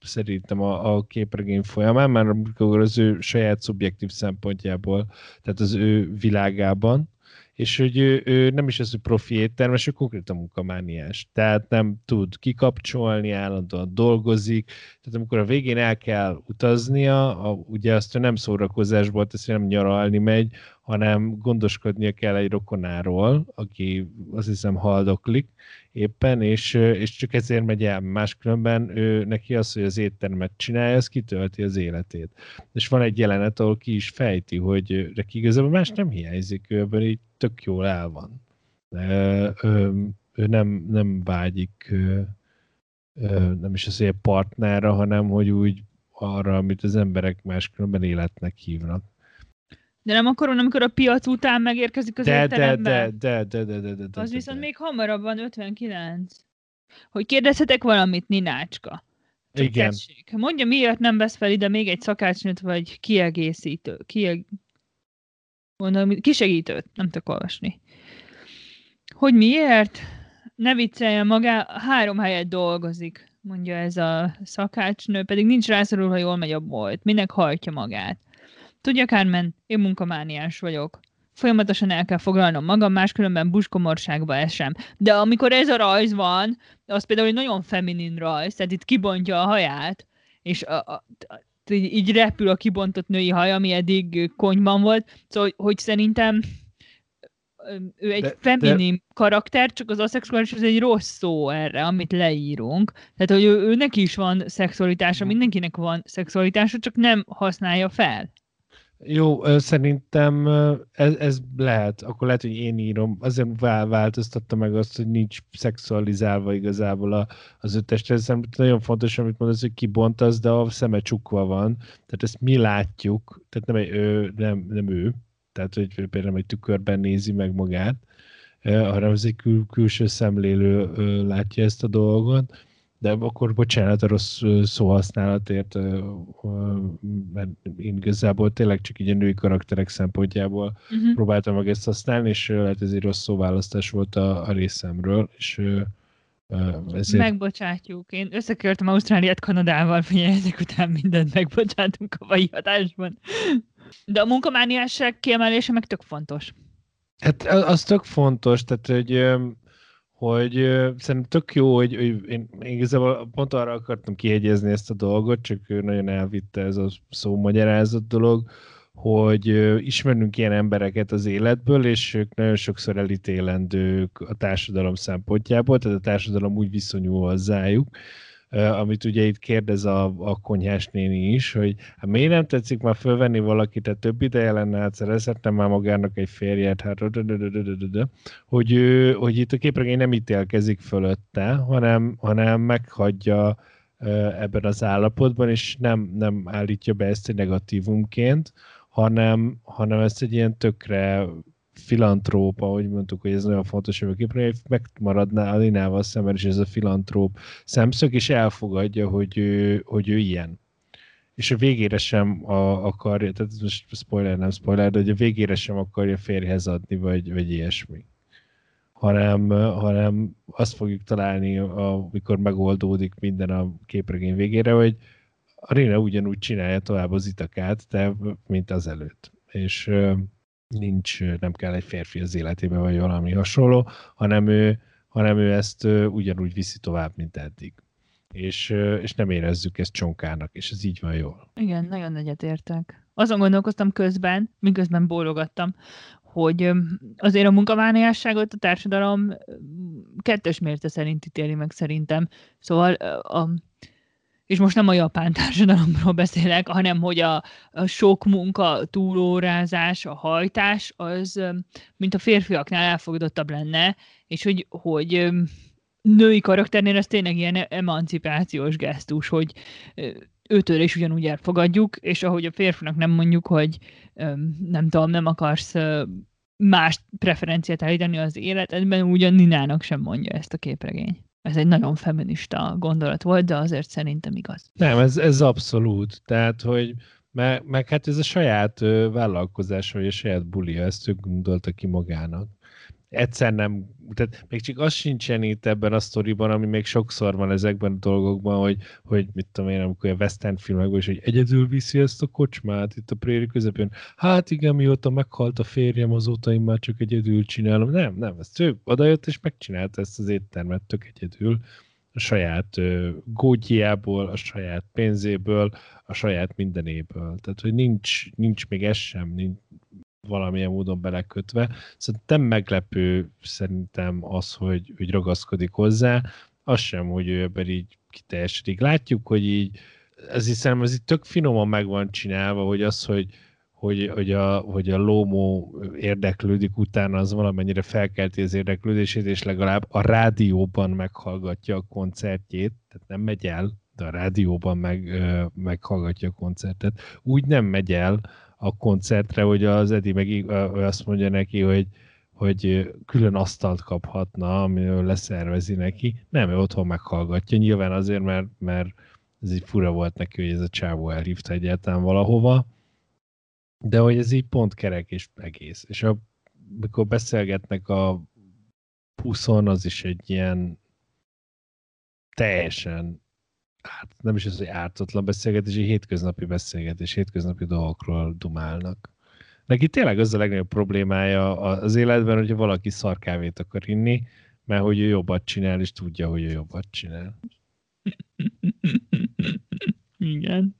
szerintem a, a képregény folyamán, már amikor az ő saját szubjektív szempontjából, tehát az ő világában, és hogy ő, ő nem is az, hogy profi éttermes, ő konkrétan munkamániás. Tehát nem tud kikapcsolni, állandóan dolgozik. Tehát amikor a végén el kell utaznia, a, ugye azt ő nem szórakozásból teszi, nem nyaralni megy, hanem gondoskodnia kell egy rokonáról, aki azt hiszem haldoklik éppen, és, és csak ezért megy el. Máskülönben ő, neki az, hogy az éttermet csinálja, az kitölti az életét. És van egy jelenet, ahol ki is fejti, hogy neki igazából más nem hiányzik, ő ebben így tök jól el van. Ő, ő, ő nem, nem vágyik nem is az, hogy egy partnerre, hanem hogy úgy arra, amit az emberek máskülönben életnek hívnak. De nem akkor, amikor a piac után megérkezik az de, étterembe? De, de, de, de, de, de, de. Az de, viszont de. még hamarabb van, ötvenkilenc. Hogy kérdezhetek valamit, Ninácska? Csak igen. Tessék. Mondja, miért nem vesz fel ide még egy szakácsnőt, vagy kiegészítő, kieg... Mondom, kisegítőt, nem tudok olvasni. Hogy miért? Ne vicceljen magá, három helyet dolgozik, mondja ez a szakácsnő, pedig nincs rászorul, ha jól megy a bolt. Minek hajtja magát. Tudja, Carmen, én munkamániás vagyok. Folyamatosan el kell foglalnom magam, máskülönben buskomorságba esem. De amikor ez a rajz van, az például egy nagyon feminin rajz, tehát itt kibontja a haját, és a, a, a, így, így repül a kibontott női haj, ami eddig konyban volt. Szóval, hogy szerintem ő egy de, feminin de... karakter, csak az aszexuális az egy rossz szó erre, amit leírunk. Tehát, hogy ő, ő neki is van szexualitása, mindenkinek van szexualitása, csak nem használja fel. Jó, szerintem ez, ez lehet, akkor lehet, hogy én írom, azért változtatta meg azt, hogy nincs szexualizálva igazából a, az ő teste. Szerintem nagyon fontos, amit mondasz, hogy kibontasz, de a szeme csukva van, tehát ezt mi látjuk, tehát nem, egy, ő, nem, nem ő, tehát hogy például nem egy tükörben nézi meg magát, hanem ez egy kül, külső szemlélő látja ezt a dolgot. De akkor bocsánat a rossz szóhasználatért, mert én igazából tényleg csak így a női karakterek szempontjából uh-huh. próbáltam meg ezt használni, és lehet ez egy rossz szóválasztás volt a, a részemről, és ezért... Megbocsátjuk. Én összekörtem Ausztráliát Kanadával, figyelj, ezek után mindent megbocsátunk a mai adásban. De a munkamániásság kiemelése meg tök fontos. Hát az tök fontos, tehát hogy... hogy uh, szerintem tök jó, hogy, hogy én, én igazából pont arra akartam kiegyezni ezt a dolgot, csak ő nagyon elvitte ez a szómagyarázat dolog, hogy uh, ismernünk ilyen embereket az életből, és ők nagyon sokszor elítélendők a társadalom szempontjából, tehát a társadalom úgy viszonyul hozzájuk, Uh, amit ugye itt kérdez a, a konyhás néni is, hogy hát miért nem tetszik már fölvenni valakit, tehát több ideje lenne, hát szerezhetne már magának egy férjet, hát hogy, ő, hogy itt a képregény nem ítélkezik fölötte, hanem, hanem meghagyja uh, ebben az állapotban, és nem, nem állítja be ezt egy negatívumként, hanem, hanem ezt egy ilyen tökre filantróp, ahogy mondtuk, hogy ez nagyon fontos, hogy a képregény megmaradná a Linával szemben is ez a filantróp szemszög, és elfogadja, hogy ő, hogy ő ilyen. És a végére sem a, akarja, tehát most spoiler, nem spoiler, de hogy a végére sem akarja férjhez adni, vagy, vagy ilyesmi. Hanem, hanem azt fogjuk találni, amikor megoldódik minden a képregény végére, hogy a Rina ugyanúgy csinálja tovább az itakát, de mint az előtt. És nincs, nem kell egy férfi az életébe, vagy valami hasonló, hanem ő, hanem ő ezt ugyanúgy viszi tovább, mint eddig. És, és nem érezzük ezt csonkának, és ez így van jól. Igen, nagyon egyetértek. Azon gondolkoztam közben, miközben bólogattam, hogy azért a munkamániásságot a társadalom kettős mérce szerint ítéli meg szerintem. Szóval a és most nem a japán társadalomról beszélek, hanem hogy a, a sok munka, túlórázás, a hajtás, az mint a férfiaknál elfogadottabb lenne, és hogy, hogy női karakternél ez tényleg ilyen emancipációs gesztus, hogy őtől is ugyanúgy elfogadjuk, és ahogy a férfinak nem mondjuk, hogy nem tudom, nem akarsz más preferenciát állítani az életedben, ugyan Ninának sem mondja ezt a képregény. Ez egy nagyon feminista gondolat volt, de azért szerintem igaz. Nem, ez, ez abszolút. Tehát, hogy meg, meg hát ez a saját vállalkozás, vagy a saját bulia, ezt ő gondolta ki magának. egyszer nem, tehát még csak az sincsen itt ebben a sztoriban, ami még sokszor van ezekben a dolgokban, hogy, hogy mit tudom én, amikor a western filmekben is, hogy egyedül viszi ezt a kocsmát itt a préri közepén. Hát igen, mióta meghalt a férjem, azóta én már csak egyedül csinálom. Nem, nem, ezt ő odajött és megcsinálta ezt az éttermet tök egyedül. A saját uh, gógyjából, a saját pénzéből, a saját mindenéből. Tehát, hogy nincs, nincs még ez sem, nincs valamilyen módon belekötve. Szerintem meglepő szerintem az, hogy, hogy ragaszkodik hozzá. Az sem, hogy ő ebben így kiteljesedik. Látjuk, hogy így, ez hiszem, ez így tök finoman meg van csinálva, hogy az, hogy, hogy, hogy, a, hogy a Lómó érdeklődik utána, az valamennyire felkelti az érdeklődését, és legalább a rádióban meghallgatja a koncertjét, tehát nem megy el, de a rádióban meg, meghallgatja a koncertet. Úgy nem megy el a koncertre, hogy az Edi meg azt mondja neki, hogy, hogy külön asztalt kaphatna, amiről leszervezi neki. Nem, ő otthon meghallgatja. Nyilván azért, mert, mert ez így fura volt neki, hogy ez a csávó elhívta egyáltalán valahova, de hogy ez így pont kerek és egész. És a, amikor beszélgetnek a puszon, az is egy ilyen teljesen hát nem is az, hogy ártatlan beszélgetés, egy hétköznapi beszélgetés, hétköznapi dolgokról dumálnak. Neki tényleg az a legnagyobb problémája az életben, hogyha valaki szarkávét akar inni, mert hogy ő jobbat csinál, és tudja, hogy ő jobbat csinál. Igen.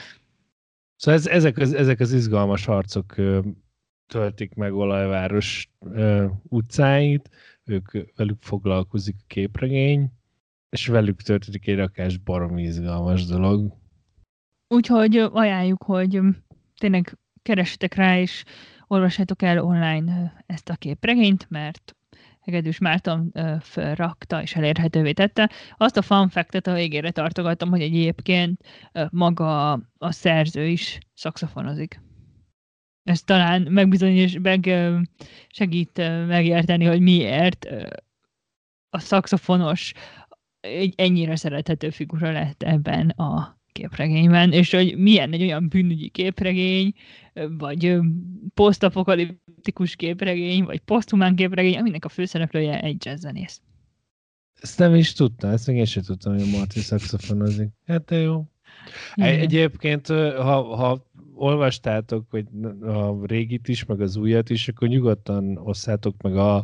Szóval ez, ezek, az, ezek az izgalmas harcok töltik meg Olajváros utcáit, ők velük foglalkozik a képregény, és velük történik egy rakás baromi izgalmas dolog. Úgyhogy ajánljuk, hogy tényleg keressetek rá, és olvassátok el online ezt a képregényt, mert Hegedűs Márton felrakta és elérhetővé tette. Azt a fun fact-et a végére tartogattam, hogy egyébként maga a szerző is szaxofonozik. Ez talán megbizonyos, meg segít megérteni, hogy miért a szaxofonos egy ennyire szerethető figura lett ebben a képregényben, és hogy milyen egy olyan bűnügyi képregény, vagy posztapokaliptikus képregény, vagy poszthumán képregény, aminek a főszereplője egy jazzzenész. Ezt nem is tudtam, ezt még én sem tudtam, hogy a Marti szaxofonozik. Hát de jó. Igen. Egyébként, ha, ha olvastátok, vagy a régit is, meg az újat is, akkor nyugodtan osszátok meg a,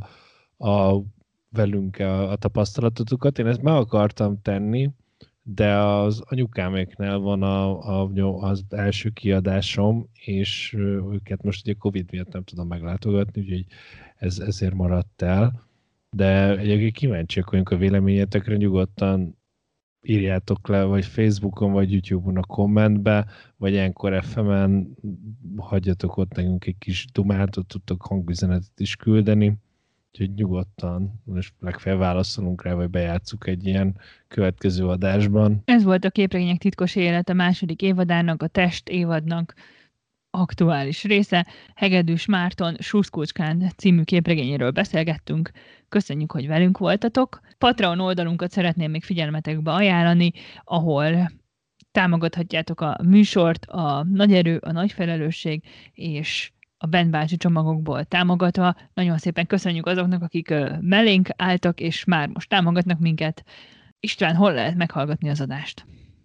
a velünk a, a tapasztalatotokat. Én ezt meg akartam tenni, de az anyukáméknál van a, a, az első kiadásom, és őket most ugye Covid miatt nem tudom meglátogatni, úgyhogy ez, ezért maradt el. De egyébként kíváncsiak vagyunk a véleményetekre, nyugodtan írjátok le, vagy Facebookon, vagy YouTube-on a kommentbe, vagy ilyenkor ef em-en hagyjatok ott nekünk egy kis dumátot, tudtok hangüzenetet is küldeni. Úgyhogy nyugodtan, most legfeljebb válaszolunk rá, vagy bejátszuk egy ilyen következő adásban. Ez volt a Képregények titkos élete második évadának, a Test évadnak aktuális része. Hegedűs Márton Sluszkulcskán című képregényéről beszélgettünk. Köszönjük, hogy velünk voltatok. Patreon oldalunkat szeretném még figyelmetekbe ajánlani, ahol támogathatjátok a műsort, a Nagy Erő, a Nagy Felelősség és a Bent bácsi csomagokból támogatva. Nagyon szépen köszönjük azoknak, akik mellénk álltak, és már most támogatnak minket. István, hol lehet meghallgatni az adást?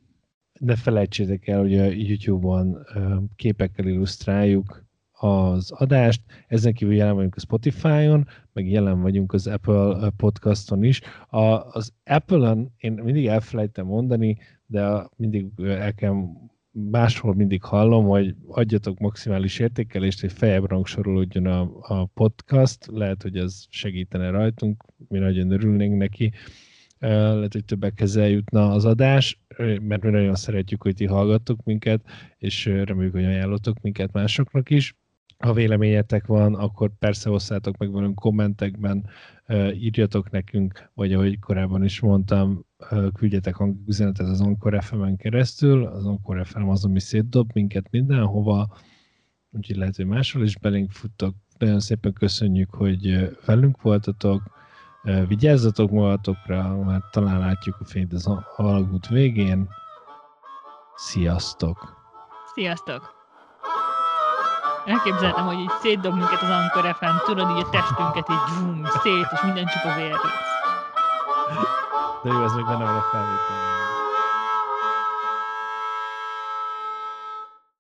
Ne felejtsétek el, hogy a YouTube-on képekkel illusztráljuk az adást. Ezen kívül jelen vagyunk a Spotify-on, meg jelen vagyunk az Apple Podcaston is. A, az Apple-on én mindig elfelejtem mondani, de mindig el kell máshol mindig hallom, hogy adjatok maximális értékelést, hogy feljebb rangsorolódjon a, a podcast. Lehet, hogy ez segítene rajtunk, mi nagyon örülnénk neki. Lehet, hogy többekhez eljutna az adás, mert mi nagyon szeretjük, hogy ti hallgattok minket, és reméljük, hogy ajánlotok minket másoknak is. Ha véleményetek van, akkor persze osszátok meg velünk kommentekben, írjatok nekünk, vagy ahogy korábban is mondtam, küldjetek hangüzenetet az Ankor ef em-en keresztül. Az Ankor ef em az, ami szétdob minket mindenhova, úgyhogy lehet, hogy máshol is belénk futtok. Nagyon szépen köszönjük, hogy velünk voltatok. Vigyázzatok magatokra, mert talán látjuk a fényt az alagút végén. Sziasztok! Sziasztok! Elképzeltem, hogy így szétdob minket az Anchor ef em, tudod, így a testünket így bum, szét, és minden csupa vérrész. De jó, ez még benne van a felvétel.